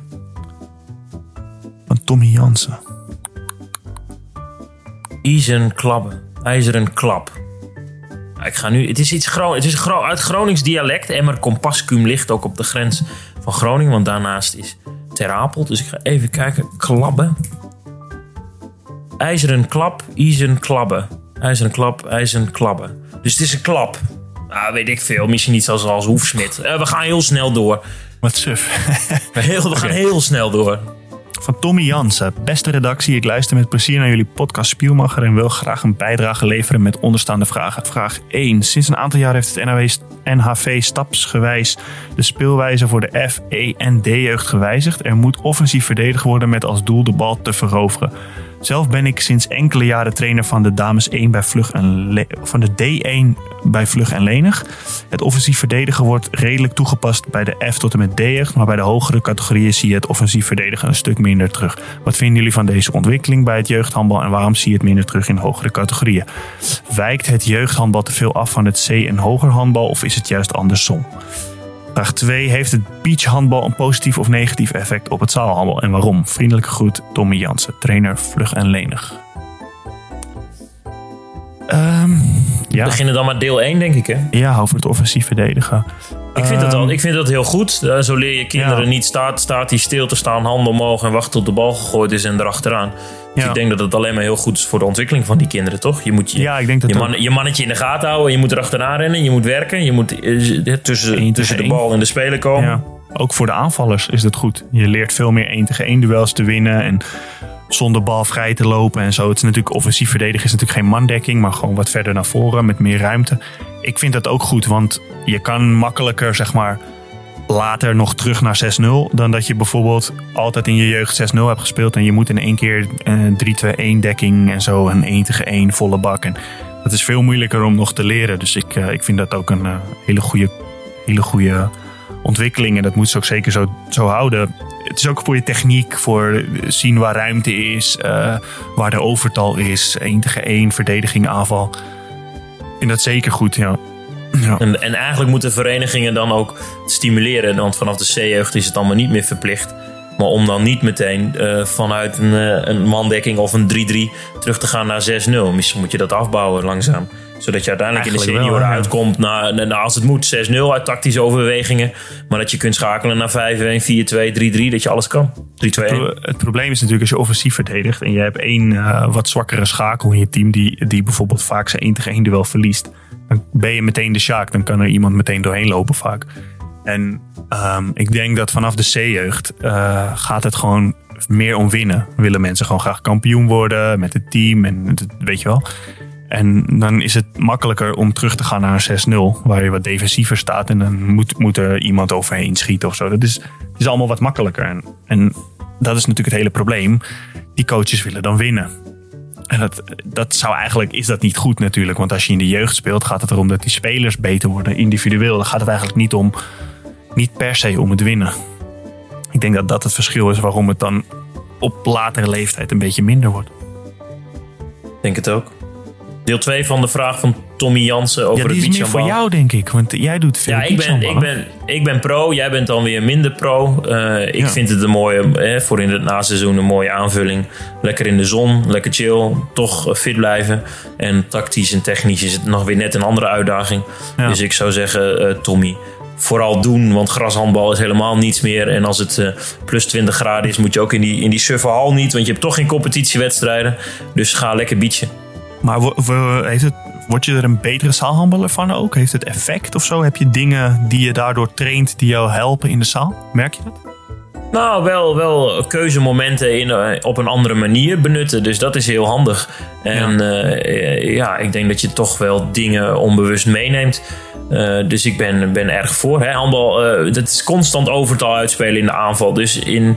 Speaker 2: Van Tommy Jansen.
Speaker 1: Isen Klabbe. IJzeren klap. Ik ga nu... Het is uit Gronings dialect. Emmer Compascuum ligt ook op de grens van Groningen. Want daarnaast is Ter Apel. Dus ik ga even kijken. Klabben. IJzeren klap. IJzeren klabben. IJzeren klap. IJzeren klabben. Dus het is een klap. Weet ik veel. Misschien niet als Hoefsmid. We gaan heel snel door.
Speaker 2: Wat suf.
Speaker 1: We gaan heel snel door.
Speaker 2: Van Tommy Jansen. Beste redactie, ik luister met plezier naar jullie podcast Spielmacher en wil graag een bijdrage leveren met onderstaande vragen. Vraag 1. Sinds een aantal jaar heeft het NHV stapsgewijs de speelwijze voor de F, E en D-jeugd gewijzigd. Er moet offensief verdedigd worden met als doel de bal te veroveren. Zelf ben ik sinds enkele jaren trainer van de dames 1 bij van de D1 bij Vlug en Lenig. Het offensief verdedigen wordt redelijk toegepast bij de F tot en met D-jeugd, maar bij de hogere categorieën zie je het offensief verdedigen een stuk minder terug. Wat vinden jullie van deze ontwikkeling bij het jeugdhandbal en waarom zie je het minder terug in hogere categorieën? Wijkt het jeugdhandbal te veel af van het C- en hoger handbal of is het juist andersom? Vraag 2. Heeft het beachhandbal een positief of negatief effect op het zaalhandbal en waarom? Vriendelijke groet, Tommy Jansen, trainer Vlug en Lenig.
Speaker 1: We beginnen dan met deel 1, denk ik, hè?
Speaker 2: Ja, over het offensief verdedigen.
Speaker 1: Ik vind dat heel goed. Zo leer je kinderen niet statisch stil te staan, handen omhoog en wachten tot de bal gegooid is en erachteraan. Dus ik denk dat het alleen maar heel goed is voor de ontwikkeling van die kinderen, toch? Je moet je mannetje in de gaten houden. Je moet erachteraan rennen. Je moet werken. Je moet tussen de bal en de speler komen.
Speaker 2: Ja. Ook voor de aanvallers is het goed. Je leert veel meer 1-tegen-1 duels te winnen. En zonder bal vrij te lopen en zo. Het is natuurlijk offensief verdedigen is natuurlijk geen mandekking. Maar gewoon wat verder naar voren met meer ruimte. Ik vind dat ook goed. Want je kan makkelijker, zeg maar, later nog terug naar 6-0 dan dat je bijvoorbeeld altijd in je jeugd 6-0 hebt gespeeld en je moet in één keer 3-2-1 dekking en zo een 1-tegen-1 volle bak. En dat is veel moeilijker om nog te leren. Dus ik vind dat ook een hele goede ontwikkeling en dat moet ze ook zeker zo houden. Het is ook voor je techniek, voor zien waar ruimte is, waar de overtal is, 1-tegen-1, verdediging, aanval. Ik vind dat zeker goed, ja. Ja.
Speaker 1: En eigenlijk moeten verenigingen dan ook stimuleren. Want vanaf de C-jeugd is het allemaal niet meer verplicht. Maar om dan niet meteen vanuit een mandekking of een 3-3 terug te gaan naar 6-0. Misschien moet je dat afbouwen langzaam. Zodat je uiteindelijk in de senioren uitkomt naar, als het moet, 6-0 uit tactische overwegingen. Maar dat je kunt schakelen naar 5-1, 4-2, 3-3. Dat je alles kan. 3-2-1.
Speaker 2: Het probleem is natuurlijk als je offensief verdedigt en je hebt één wat zwakkere schakel in je team die bijvoorbeeld vaak zijn 1-tegen-1 duel verliest. Dan ben je meteen de sjaak. Dan kan er iemand meteen doorheen lopen vaak. En ik denk dat vanaf de C-jeugd gaat het gewoon meer om winnen. Willen mensen gewoon graag kampioen worden met het team en weet je wel. En dan is het makkelijker om terug te gaan naar een 6-0. Waar je wat defensiever staat. En dan moet er iemand overheen schieten of zo. Dat is allemaal wat makkelijker. En dat is natuurlijk het hele probleem. Die coaches willen dan winnen. En dat zou eigenlijk, is dat niet goed natuurlijk. Want als je in de jeugd speelt, gaat het erom dat die spelers beter worden individueel. Dan gaat het eigenlijk niet per se om het winnen. Ik denk dat dat het verschil is waarom het dan op latere leeftijd een beetje minder wordt.
Speaker 1: Ik denk het ook. Deel 2 van de vraag van Tommy Jansen over het beachhandbal.
Speaker 2: Die is meer voor jou, denk ik. Want jij doet veel beachhandbal.
Speaker 1: Ik ben pro. Jij bent dan weer minder pro. Ik vind het een mooie, voor in het naseizoen een mooie aanvulling. Lekker in de zon, lekker chill. Toch fit blijven. En tactisch en technisch is het nog weer net een andere uitdaging. Ja. Dus ik zou zeggen, Tommy, vooral doen. Want grashandbal is helemaal niets meer. En als het plus 20 graden is, moet je ook in die suffe hal niet. Want je hebt toch geen competitiewedstrijden. Dus ga lekker beachen.
Speaker 2: Maar word je er een betere zaalhandballer van ook? Heeft het effect of zo? Heb je dingen die je daardoor traint die jou helpen in de zaal? Merk je dat?
Speaker 1: Nou, wel keuzemomenten op een andere manier benutten. Dus dat is heel handig. En ik denk dat je toch wel dingen onbewust meeneemt. Dus ik ben erg voor. Hè? Handbal, dat is constant overtal uitspelen in de aanval. Dus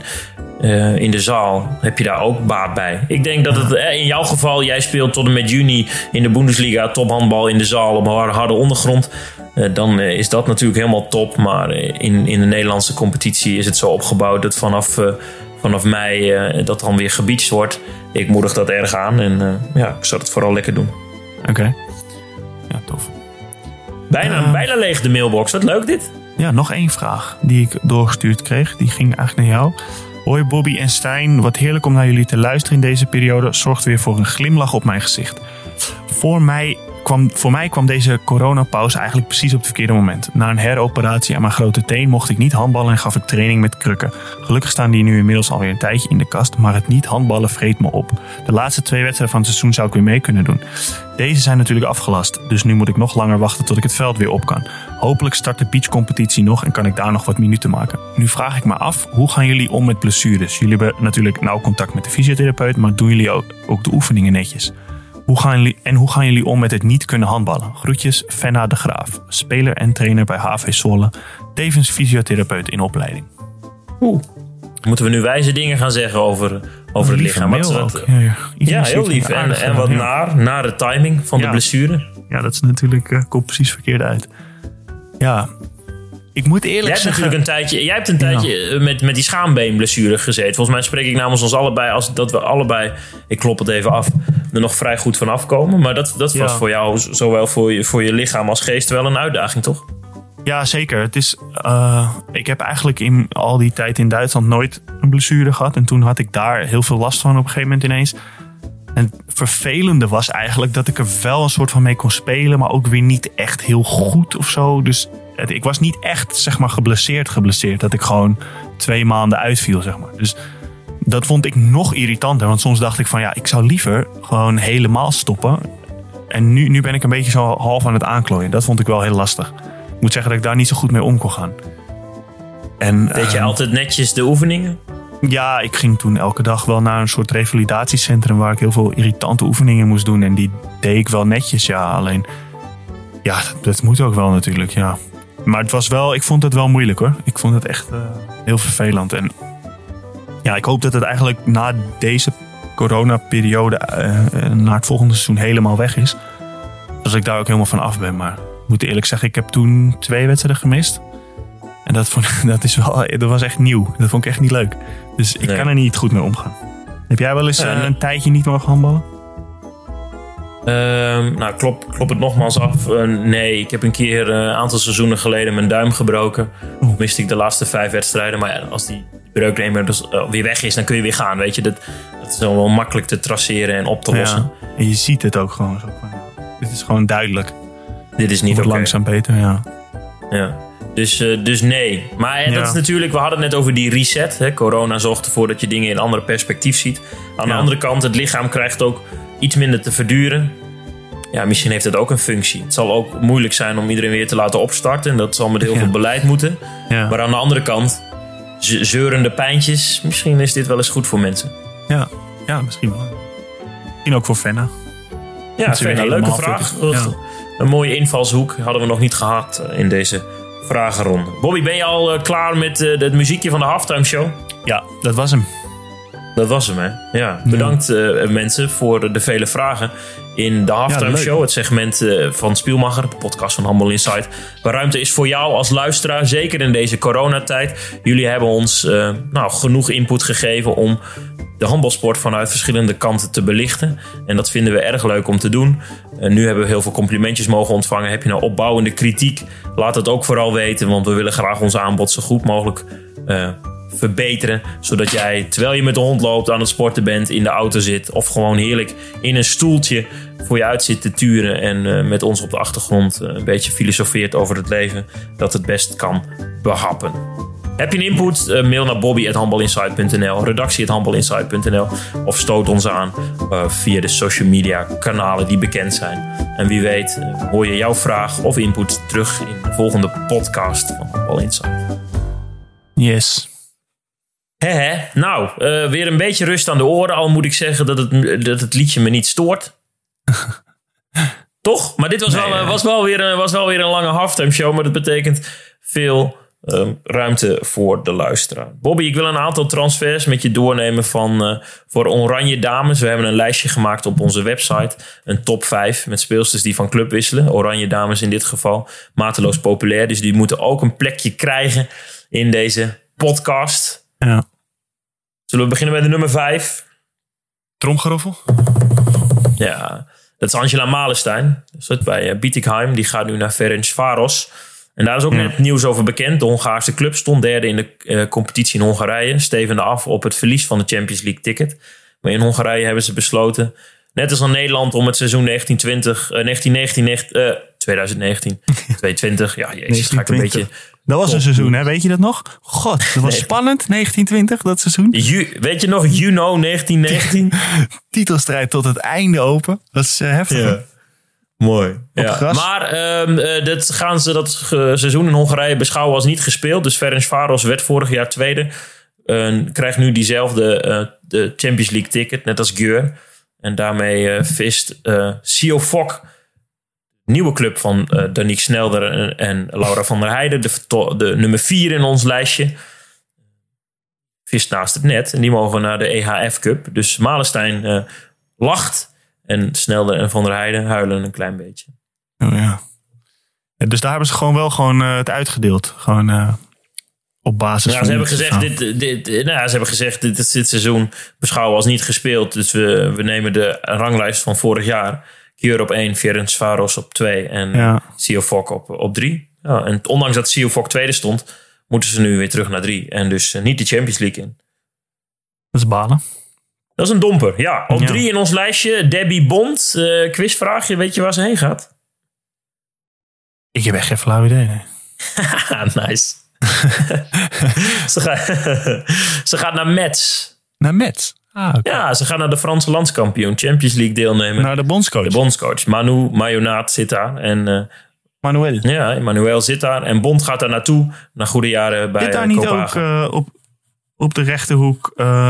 Speaker 1: in de zaal heb je daar ook baat bij. Ik denk dat het in jouw geval, jij speelt tot en met juni in de Bundesliga tophandbal in de zaal op harde ondergrond. Dan is dat natuurlijk helemaal top. Maar in de Nederlandse competitie is het zo opgebouwd dat vanaf mei dat dan weer gebeacht wordt. Ik moedig dat erg aan en ik zou het vooral lekker doen.
Speaker 2: Oké. Ja, tof.
Speaker 1: Bijna leeg de mailbox. Wat leuk dit.
Speaker 2: Ja, nog één vraag die ik doorgestuurd kreeg. Die ging eigenlijk naar jou. Hoi Bobby en Stijn, wat heerlijk om naar jullie te luisteren in deze periode. Zorgt weer voor een glimlach op mijn gezicht. Voor mij kwam deze coronapauze eigenlijk precies op het verkeerde moment. Na een heroperatie aan mijn grote teen mocht ik niet handballen en gaf ik training met krukken. Gelukkig staan die nu inmiddels alweer een tijdje in de kast, maar het niet handballen vreet me op. De laatste 2 wedstrijden van het seizoen zou ik weer mee kunnen doen. Deze zijn natuurlijk afgelast, dus nu moet ik nog langer wachten tot ik het veld weer op kan. Hopelijk start de beachcompetitie nog en kan ik daar nog wat minuten maken. Nu vraag ik me af, hoe gaan jullie om met blessures? Jullie hebben natuurlijk nauw contact met de fysiotherapeut, maar doen jullie ook de oefeningen netjes? Hoe gaan jullie om met het niet kunnen handballen? Groetjes, Fenna de Graaf. Speler en trainer bij HV Zwolle. Tevens fysiotherapeut in opleiding.
Speaker 1: Moeten we nu wijze dingen gaan zeggen over het lichaam? Ja, heel lief. En wat naar de timing van de blessure.
Speaker 2: Ja, dat is natuurlijk komt precies verkeerd uit. Ja, ik moet eerlijk zeggen...
Speaker 1: Jij hebt een tijdje met die schaambeenblessure gezeten. Volgens mij spreek ik namens ons allebei... dat we allebei, ik klop het even af... er nog vrij goed van afkomen. Maar dat was voor jou, zowel voor je lichaam als geest... wel een uitdaging, toch?
Speaker 2: Ja, zeker. Het is, ik heb eigenlijk in al die tijd in Duitsland nooit een blessure gehad. En toen had ik daar heel veel last van op een gegeven moment ineens. En het vervelende was eigenlijk dat ik er wel een soort van mee kon spelen... maar ook weer niet echt heel goed of zo. Dus ik was niet echt, zeg maar, geblesseerd. Dat ik gewoon 2 maanden uitviel, zeg maar. Dus dat vond ik nog irritanter. Want soms dacht ik van, ik zou liever gewoon helemaal stoppen. En nu ben ik een beetje zo half aan het aanklooien. Dat vond ik wel heel lastig. Ik moet zeggen dat ik daar niet zo goed mee om kon gaan.
Speaker 1: Deed je altijd netjes de oefeningen?
Speaker 2: Ja, ik ging toen elke dag wel naar een soort revalidatiecentrum... waar ik heel veel irritante oefeningen moest doen. En die deed ik wel netjes, ja. Alleen, ja, dat moet ook wel natuurlijk, ja. Maar het was wel, ik vond het wel moeilijk, hoor. Ik vond het echt heel vervelend. En ja, ik hoop dat het eigenlijk na deze coronaperiode... naar het volgende seizoen helemaal weg is. Dus ik daar ook helemaal van af ben. Maar ik moet eerlijk zeggen, ik heb toen 2 wedstrijden gemist... En dat was echt nieuw. Dat vond ik echt niet leuk. Dus ik kan er niet goed mee omgaan. Heb jij wel eens een tijdje niet mogen handballen?
Speaker 1: Klop het nogmaals af. Nee, ik heb een keer een aantal seizoenen geleden mijn duim gebroken. Miste ik de laatste 5 wedstrijden. Maar ja, als die breuk weer weg is, dan kun je weer gaan. Weet je, dat is wel makkelijk te traceren en op te lossen.
Speaker 2: Ja, en je ziet het ook gewoon zo. Dit is gewoon duidelijk.
Speaker 1: Dit is niet oké.
Speaker 2: Langzaam beter, ja.
Speaker 1: Dus nee. Maar dat is natuurlijk, we hadden het net over die reset. Hè. Corona zorgt ervoor dat je dingen in een andere perspectief ziet. Aan de andere kant, het lichaam krijgt ook iets minder te verduren. Ja, misschien heeft het ook een functie. Het zal ook moeilijk zijn om iedereen weer te laten opstarten. En dat zal met heel veel beleid moeten. Ja. Maar aan de andere kant, zeurende pijntjes. Misschien is dit wel eens goed voor mensen.
Speaker 2: Ja, misschien wel. Misschien ook voor Fenna.
Speaker 1: Ja, Fenna, leuke vraag. Ja. Een mooie invalshoek hadden we nog niet gehad in deze vragenronde. Bobby, ben je al klaar met het muziekje van de halftime show?
Speaker 2: Ja, dat was hem.
Speaker 1: Dat was hem, hè? Ja, bedankt mensen voor de vele vragen in de halftime show. Het segment van Spielmacher, de podcast van Handbal Insight. Waar ruimte is voor jou als luisteraar, zeker in deze coronatijd. Jullie hebben ons genoeg input gegeven om de handbalsport vanuit verschillende kanten te belichten. En dat vinden we erg leuk om te doen. Nu hebben we heel veel complimentjes mogen ontvangen. Heb je nou opbouwende kritiek? Laat het ook vooral weten, want we willen graag ons aanbod zo goed mogelijk verbeteren. Zodat jij, terwijl je met de hond loopt, aan het sporten bent, in de auto zit of gewoon heerlijk in een stoeltje voor je uit zit te turen en met ons op de achtergrond een beetje filosofeert over het leven, dat het best kan behappen. Heb je een input? Mail naar bobby@handbalinsight.nl, redactie@handbalinsight.nl of stoot ons aan via de social media kanalen die bekend zijn. En wie weet hoor je jouw vraag of input terug in de volgende podcast van Handbal Insight.
Speaker 2: Yes.
Speaker 1: Nou, weer een beetje rust aan de oren. Al moet ik zeggen dat het liedje me niet stoort. Toch? Maar dit was wel weer een lange halftime show. Maar dat betekent veel ruimte voor de luisteraar. Bobby, ik wil een aantal transfers met je doornemen voor Oranje Dames. We hebben een lijstje gemaakt op onze website. Een top 5 met speelsters die van club wisselen. Oranje Dames in dit geval. Mateloos populair. Dus die moeten ook een plekje krijgen in deze podcast.
Speaker 2: Ja.
Speaker 1: Zullen we beginnen met de nummer 5?
Speaker 2: Tromgeroffel?
Speaker 1: Ja, dat is Angela Malenstein. Dat zit bij Bietigheim. Die gaat nu naar Ferencváros. En daar is ook net nieuws over bekend. De Hongaarse club stond derde in de competitie in Hongarije. Stevende af op het verlies van de Champions League ticket. Maar in Hongarije hebben ze besloten net als aan Nederland om het seizoen 2019, 2020. Ja, jezus, ga ik een beetje...
Speaker 2: Dat was een seizoen, hè? Weet je dat nog? God, dat was spannend, 1920, dat seizoen.
Speaker 1: Weet je nog, 1919?
Speaker 2: Titelstrijd tot het einde open. Dat is heftig.
Speaker 1: Ja. Mooi. Ja. Maar dat seizoen in Hongarije beschouwen als niet gespeeld. Dus Ferencváros werd vorig jaar tweede. Krijgt nu diezelfde de Champions League ticket, net als Gjör. En daarmee vist Sio Fok, nieuwe club van Danique Snelder en Laura van der Heijden, de nummer 4 in ons lijstje, vist naast het net. En die mogen naar de EHF Cup. Dus Malenstein lacht en Snelder en van der Heijden huilen een klein beetje.
Speaker 2: Oh ja. Dus daar hebben ze gewoon het uitgedeeld. Gewoon op basis van...
Speaker 1: Ze hebben gezegd, dit seizoen beschouwen als niet gespeeld. Dus we nemen de ranglijst van vorig jaar. Gjör op 1, Ferencváros op 2 en Sio Fok op 3. Ja, en ondanks dat Sio Fok tweede stond, moeten ze nu weer terug naar 3. En dus niet de Champions League in.
Speaker 2: Dat is balen.
Speaker 1: Dat is een domper. Ja, op 3 in ons lijstje. Debbie Bond. Quizvraagje. Weet je waar ze heen gaat?
Speaker 2: Ik heb echt geen flauw idee. Nee.
Speaker 1: Nice. Ze gaat naar Metz.
Speaker 2: Naar Metz? Ah, okay.
Speaker 1: Ja, ze gaat naar de Franse landskampioen. Champions League deelnemen.
Speaker 2: Naar de bondscoach.
Speaker 1: De bondscoach. Manu Majonaat zit daar. En,
Speaker 2: Manuel.
Speaker 1: Ja, Emmanuel zit daar. En Bond gaat daar naartoe. Na goede jaren bij Kopenhagen. Zit
Speaker 2: daar niet ook op de rechterhoek...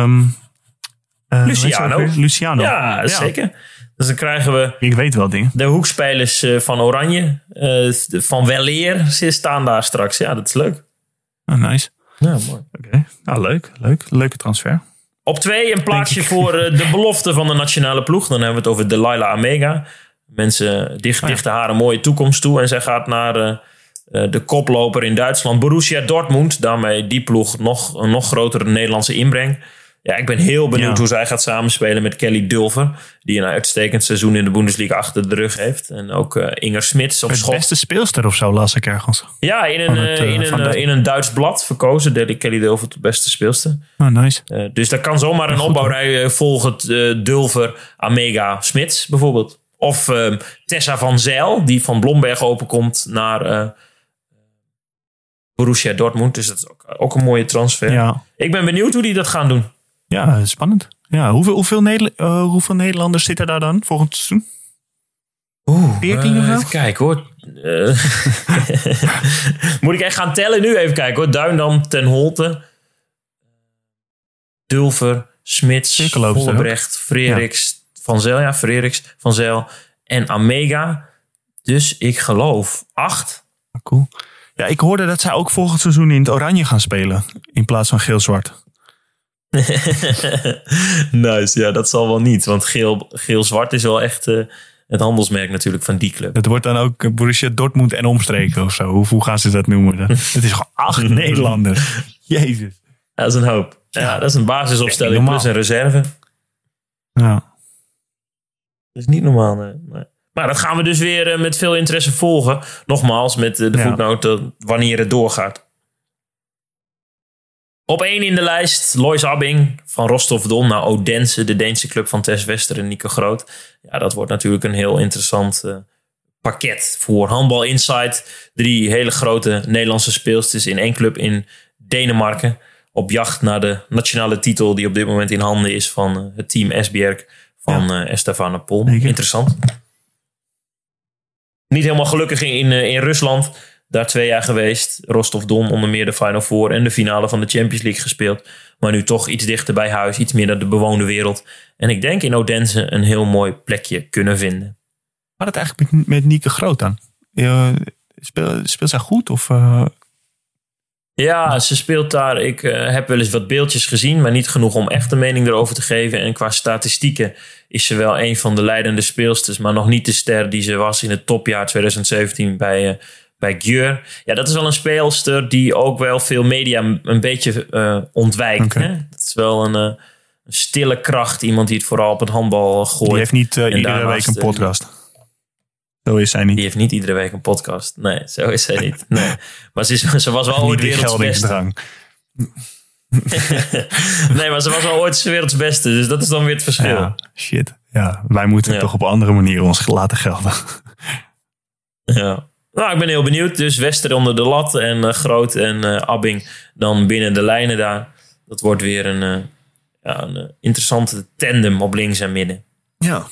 Speaker 1: Luciano. Ja, zeker. Dus dan krijgen we...
Speaker 2: Ik weet wel dingen.
Speaker 1: De hoekspelers van Oranje. Van Weleer. Ze staan daar straks. Ja, dat is leuk.
Speaker 2: Oh, nice.
Speaker 1: Ja, mooi.
Speaker 2: Oké. Nou, leuk. Leuke transfer.
Speaker 1: Op 2 een plaatsje voor de belofte van de nationale ploeg. Dan hebben we het over Delilah Amega. Mensen dichten haar een mooie toekomst toe. En zij gaat naar de koploper in Duitsland. Borussia Dortmund. Daarmee die ploeg een nog grotere Nederlandse inbreng. Ja, ik ben heel benieuwd hoe zij gaat samenspelen met Kelly Dulfer. Die een uitstekend seizoen in de Bundesliga achter de rug heeft. En ook Inger Smits op schot.
Speaker 2: Beste speelster of zo las ik ergens.
Speaker 1: Ja, in een Duits blad verkozen. Kelly Dulfer tot beste speelster.
Speaker 2: Oh, nice.
Speaker 1: Dus daar kan zomaar een opbouwrij volgen. Dulfer, Amega, Smits bijvoorbeeld. Of Tessa van Zijl, die van Blomberg openkomt naar Borussia Dortmund. Dus dat is ook een mooie transfer. Ja. Ik ben benieuwd hoe die dat gaan doen.
Speaker 2: Ja, spannend. Ja, hoeveel Nederlanders zitten daar dan volgend seizoen? 14 of zo?
Speaker 1: Even kijken hoor. Moet ik echt gaan tellen nu? Even kijken hoor. Duindam, Ten Holte, Dulfer, Smits, Vollebrecht, Freriks, Van Zijl. Ja, Freriks, Van Zijl en Amega. Dus ik geloof 8.
Speaker 2: Cool. Ja, ik hoorde dat zij ook volgend seizoen in het oranje gaan spelen. In plaats van geel-zwart.
Speaker 1: Nice, ja, dat zal wel niet. Want geel-zwart is wel echt het handelsmerk natuurlijk van die club.
Speaker 2: Het wordt dan ook Borussia Dortmund en omstreken of zo. Hoe gaan ze dat noemen? Het is gewoon 8 Nederlanders. Jezus.
Speaker 1: Dat is een hoop. Ja, dat is een basisopstelling plus een reserve.
Speaker 2: Ja.
Speaker 1: Dat is niet normaal, nee. Maar dat gaan we dus weer met veel interesse volgen. Nogmaals, met de voetnoot wanneer het doorgaat. Op 1 in de lijst, Lois Abbing van Rostov-Don naar Odense, de Deense club van Tess Wester en Nico Groot. Ja, dat wordt natuurlijk een heel interessant pakket voor Handbal Insight. 3 hele grote Nederlandse speelsters in 1 club in Denemarken. Op jacht naar de nationale titel die op dit moment in handen is van het team Esbjerg van Estefana Pol. Interessant. Niet helemaal gelukkig in Rusland. Daar 2 jaar geweest. Rostov-Don onder meer de Final Four en de finale van de Champions League gespeeld. Maar nu toch iets dichter bij huis. Iets meer naar de bewoonde wereld. En ik denk in Odense een heel mooi plekje kunnen vinden.
Speaker 2: Maar het eigenlijk met Nieke Groot dan? Speelt zij goed? Of,
Speaker 1: Ja, ze speelt daar. Ik heb wel eens wat beeldjes gezien. Maar niet genoeg om echt een mening erover te geven. En qua statistieken is ze wel een van de leidende speelsters. Maar nog niet de ster die ze was in het topjaar 2017 bij Gjör. Ja, dat is wel een speelster die ook wel veel media een beetje ontwijkt.
Speaker 2: Okay.
Speaker 1: Hè? Dat is wel een stille kracht. Iemand die het vooral op het handbal gooit.
Speaker 2: Die heeft niet iedere week een podcast. Zo is zij niet.
Speaker 1: Die heeft niet iedere week een podcast. Nee, zo is zij niet. Nee. Maar ze was wel ooit werelds beste. Nee, maar ze was wel ooit werelds beste. Dus dat is dan weer het verschil.
Speaker 2: Ja, shit. Ja, wij moeten toch op andere manieren ons laten gelden.
Speaker 1: Ja. Nou, ik ben heel benieuwd. Dus Wester onder de lat en Groot en Abbing dan binnen de lijnen daar. Dat wordt weer een interessante tandem op links en midden.
Speaker 2: Ja.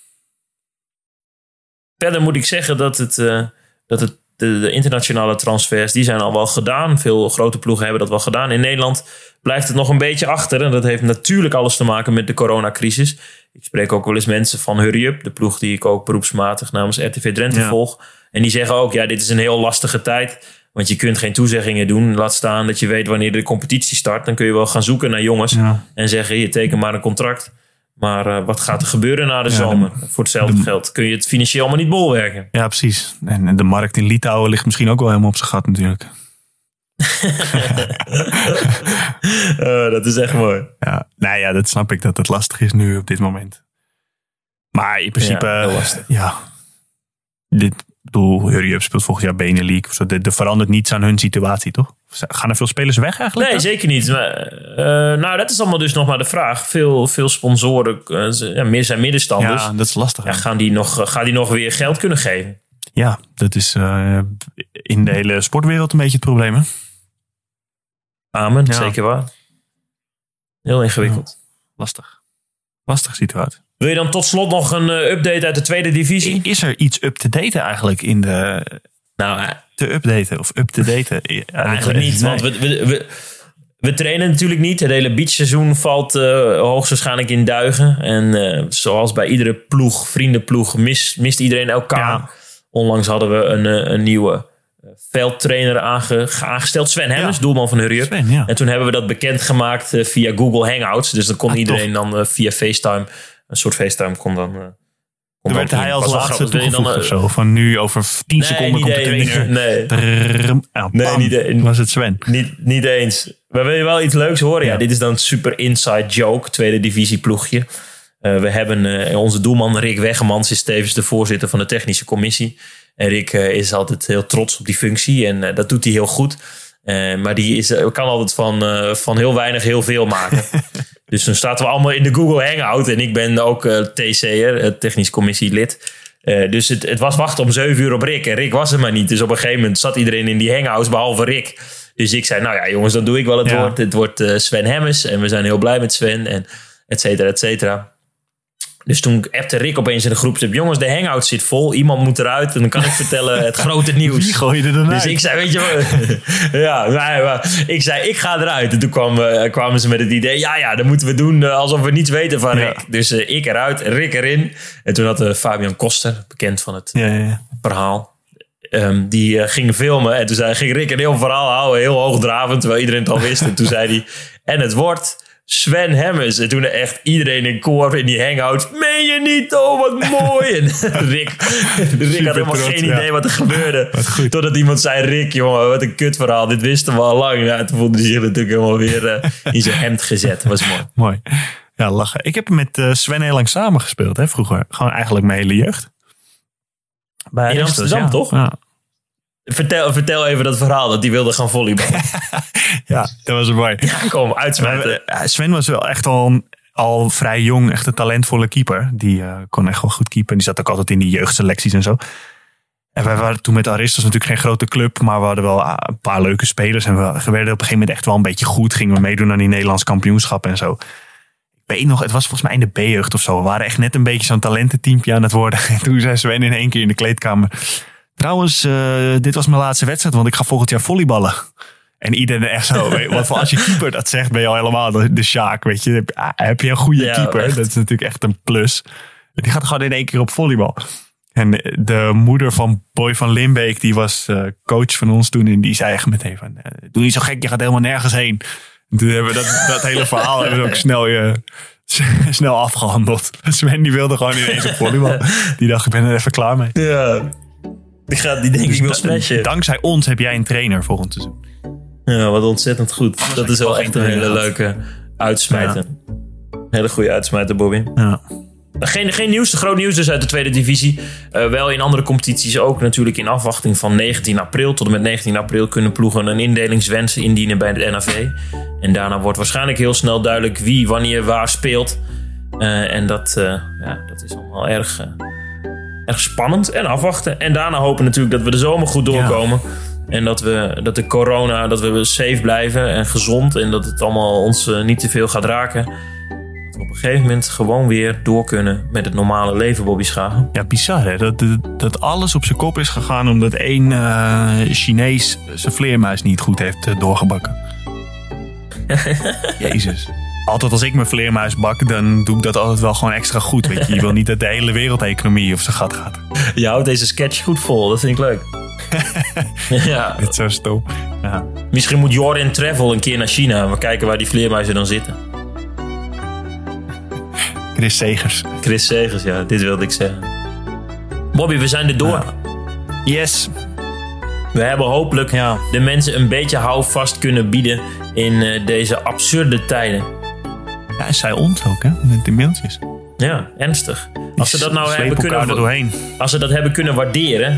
Speaker 1: Verder moet ik zeggen dat de internationale transfers, die zijn al wel gedaan. Veel grote ploegen hebben dat wel gedaan. In Nederland blijft het nog een beetje achter. En dat heeft natuurlijk alles te maken met de coronacrisis. Ik spreek ook wel eens mensen van Hurry Up, de ploeg die ik ook beroepsmatig namens RTV Drenthe volg. En die zeggen ook, dit is een heel lastige tijd. Want je kunt geen toezeggingen doen. Laat staan dat je weet wanneer de competitie start. Dan kun je wel gaan zoeken naar jongens. En zeggen, je teken maar een contract. Maar wat gaat er gebeuren na de zomer? Voor hetzelfde geld kun je het financieel allemaal niet bolwerken.
Speaker 2: Ja, precies. En de markt in Litouwen ligt misschien ook wel helemaal op zijn gat natuurlijk.
Speaker 1: Dat is echt mooi.
Speaker 2: Ja, nou ja, dat snap ik dat het lastig is nu op dit moment. Maar in principe, Hurry Up speelt volgend jaar Benelux. Of zo. Er verandert niets aan hun situatie, toch? Gaan er veel spelers weg eigenlijk?
Speaker 1: Nee, zeker niet. Maar, dat is allemaal dus nog maar de vraag. Veel sponsoren zijn middenstanders.
Speaker 2: Ja, dat is lastig.
Speaker 1: Ja, gaat die nog weer geld kunnen geven?
Speaker 2: Ja, dat is in de hele sportwereld een beetje het probleem, hè?
Speaker 1: Amen, zeker waar. Heel ingewikkeld.
Speaker 2: Ja, lastige situatie.
Speaker 1: Wil je dan tot slot nog een update uit de tweede divisie?
Speaker 2: Is er iets up-to-daten eigenlijk in de... te updaten of up-to-daten?
Speaker 1: Eigenlijk niet, want we trainen natuurlijk niet. Het hele beachseizoen valt hoogstwaarschijnlijk in duigen. En zoals bij iedere ploeg, vriendenploeg, mist iedereen elkaar. Ja. Onlangs hadden we een nieuwe veldtrainer aangesteld. Sven Hemmers, doelman van Hurry Up. En toen hebben we dat bekendgemaakt via Google Hangouts. Dus dan kon iedereen dan via FaceTime, een soort FaceTime kon dan...
Speaker 2: Toen werd hij als laatste toegevoegd of zo. Van nu over 10 seconden komt de trainer. Was het Sven?
Speaker 1: Niet eens. Maar wil je wel iets leuks horen? Ja, dit is dan een super inside joke. Tweede divisie ploegje. We hebben onze doelman Rick Weggemans is tevens de voorzitter van de technische commissie. En Rick is altijd heel trots op die functie. En dat doet hij heel goed. Maar die kan altijd van heel weinig heel veel maken. Dus dan zaten we allemaal in de Google Hangout. En ik ben ook TC'er, technisch commissielid. Dus het was wachten om 7 uur op Rick. En Rick was er maar niet. Dus op een gegeven moment zat iedereen in die hangouts, behalve Rick. Dus ik zei, jongens, dan doe ik wel het woord. Het wordt Sven Hemmers. En we zijn heel blij met Sven. En et cetera, et cetera. Dus toen appte Rick opeens in de groepsapp: jongens, de hangout zit vol. Iemand moet eruit. En dan kan ik vertellen het grote nieuws.
Speaker 2: Wie gooi je er dan uit?
Speaker 1: Dus ik zei, weet je wat? Ik zei, ik ga eruit. En toen kwamen ze met het idee: ja, dan moeten we doen alsof we niets weten van Rick. Ja. Dus ik eruit, Rick erin. En toen had Fabian Koster, bekend van het verhaal, die ging filmen. En toen ging Rick een heel verhaal houden, heel hoogdravend, terwijl iedereen het al wist. En toen zei hij: en het wordt Sven Hemmers. En toen echt iedereen in koor in die hangout: meen je niet? Oh, wat mooi. En Rick had helemaal geen idee wat er gebeurde. Totdat iemand zei: Rick, jongen, wat een kutverhaal. Dit wisten we al lang. Ja, toen voelde hij zich natuurlijk helemaal weer in zijn hemd gezet. Dat was mooi.
Speaker 2: Mooi. Ja, lachen. Ik heb met Sven heel lang samengespeeld, hè, vroeger. Gewoon eigenlijk mijn hele jeugd.
Speaker 1: In Amsterdam, toch? Ja. Vertel even dat verhaal dat die wilde gaan volleyballen.
Speaker 2: Ja, dat was mooi.
Speaker 1: Ja, kom, uitsmijten.
Speaker 2: Sven was wel echt al vrij jong, echt een talentvolle keeper. Die kon echt wel goed keepen. Die zat ook altijd in die jeugdselecties en zo. En wij waren toen met Aristos natuurlijk geen grote club, maar we hadden wel een paar leuke spelers. En we werden op een gegeven moment echt wel een beetje goed. Gingen we meedoen aan die Nederlands kampioenschap en zo. Ik weet nog, het was volgens mij in de B-jeugd of zo. We waren echt net een beetje zo'n talententeampje aan het worden. En toen zei Sven in één keer in de kleedkamer: trouwens, dit was mijn laatste wedstrijd, want ik ga volgend jaar volleyballen. En iedereen echt zo, wat voor als je keeper dat zegt, ben je al helemaal de Sjaak, weet je. Heb je een goede keeper, echt. Dat is natuurlijk echt een plus. Die gaat gewoon in één keer op volleybal. En de moeder van Boy van Limbeek, die was coach van ons toen. En die zei echt meteen van: doe niet zo gek, je gaat helemaal nergens heen. En toen hebben we dat hele verhaal hebben we ook snel afgehandeld. Sven die wilde gewoon ineens op volleybal. Die dacht, ik ben er even klaar mee.
Speaker 1: Ja. Die denk ik wil smashen.
Speaker 2: Dankzij ons heb jij een trainer volgend seizoen.
Speaker 1: Ja, wat ontzettend goed. Dat is wel echt een hele leuke uitsmijter. Ja. Hele goede uitsmijter, Bobby.
Speaker 2: Ja.
Speaker 1: Geen nieuws, groot nieuws dus uit de tweede divisie. Wel in andere competities ook natuurlijk in afwachting van 19 april. Tot en met 19 april kunnen ploegen een indelingswens indienen bij de NAV. En daarna wordt waarschijnlijk heel snel duidelijk wie wanneer waar speelt. En dat is allemaal erg spannend en afwachten. En daarna hopen natuurlijk dat we de zomer goed doorkomen. Ja. En dat de corona, dat we safe blijven en gezond. En dat het allemaal ons niet te veel gaat raken. Dat we op een gegeven moment gewoon weer door kunnen met het normale leven, Bobby Schagen.
Speaker 2: Ja, bizar hè. Dat alles op zijn kop is gegaan omdat één Chinees zijn vleermuis niet goed heeft doorgebakken. Jezus. Altijd als ik mijn vleermuis bak, dan doe ik dat altijd wel gewoon extra goed. Weet je wil niet dat de hele wereldeconomie op zijn gat gaat.
Speaker 1: Je houdt deze sketch goed vol, dat vind ik leuk. Ja.
Speaker 2: Dit is zo stom. Ja.
Speaker 1: Misschien moet Jorin Travel een keer naar China. We kijken waar die vleermuizen dan zitten.
Speaker 2: Chris Segers,
Speaker 1: ja, dit wilde ik zeggen. Bobby, we zijn er door. Ja.
Speaker 2: Yes.
Speaker 1: We hebben hopelijk de mensen een beetje houvast kunnen bieden in deze absurde tijden.
Speaker 2: Ja, en zij ons ook, hè? Met de mailtjes.
Speaker 1: Ja, ernstig. Als ze dat nou hebben kunnen waarderen,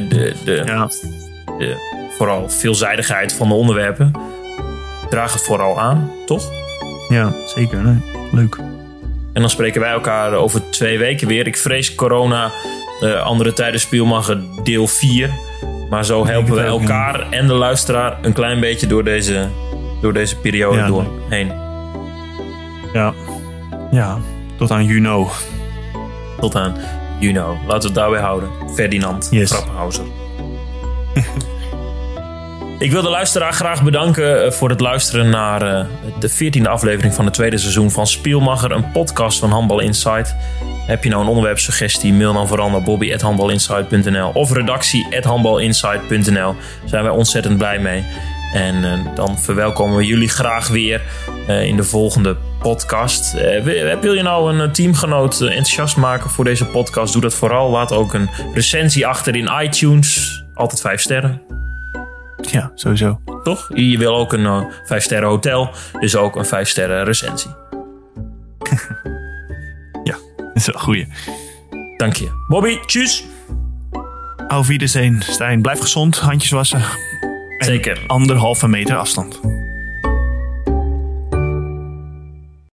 Speaker 1: de vooral veelzijdigheid van de onderwerpen, draag het vooral aan, toch?
Speaker 2: Ja, zeker. Nee. Leuk.
Speaker 1: En dan spreken wij elkaar over 2 weken weer. Ik vrees corona, andere tijden Spielmacher deel 4. Maar zo helpen we elkaar en de luisteraar een klein beetje door deze periode doorheen.
Speaker 2: Ja, tot aan juni.
Speaker 1: Tot aan juni. Laten we het daarbij houden. Ferdinand Grappenhauser. Ik wil de luisteraar graag bedanken voor het luisteren naar de 14e aflevering van het 2e seizoen van Spielmacher, een podcast van Handbal Insight. Heb je nou een onderwerpsuggestie, mail dan vooral naar bobby@handbalinsight.nl of redactie@handbalinsight.nl. Daar zijn wij ontzettend blij mee. En dan verwelkomen we jullie graag weer in de volgende podcast. Wil je nou een teamgenoot enthousiast maken voor deze podcast? Doe dat vooral. Laat ook een recensie achter in iTunes. Altijd 5 sterren.
Speaker 2: Ja, sowieso.
Speaker 1: Toch? Je wil ook een 5-sterren hotel, dus ook een 5-sterren recensie.
Speaker 2: Ja, dat is wel een goeie.
Speaker 1: Dank je. Bobby, tjus.
Speaker 2: Auf Wiedersehen, Stijn. Blijf gezond, handjes wassen.
Speaker 1: Zeker.
Speaker 2: En 1,5 meter afstand.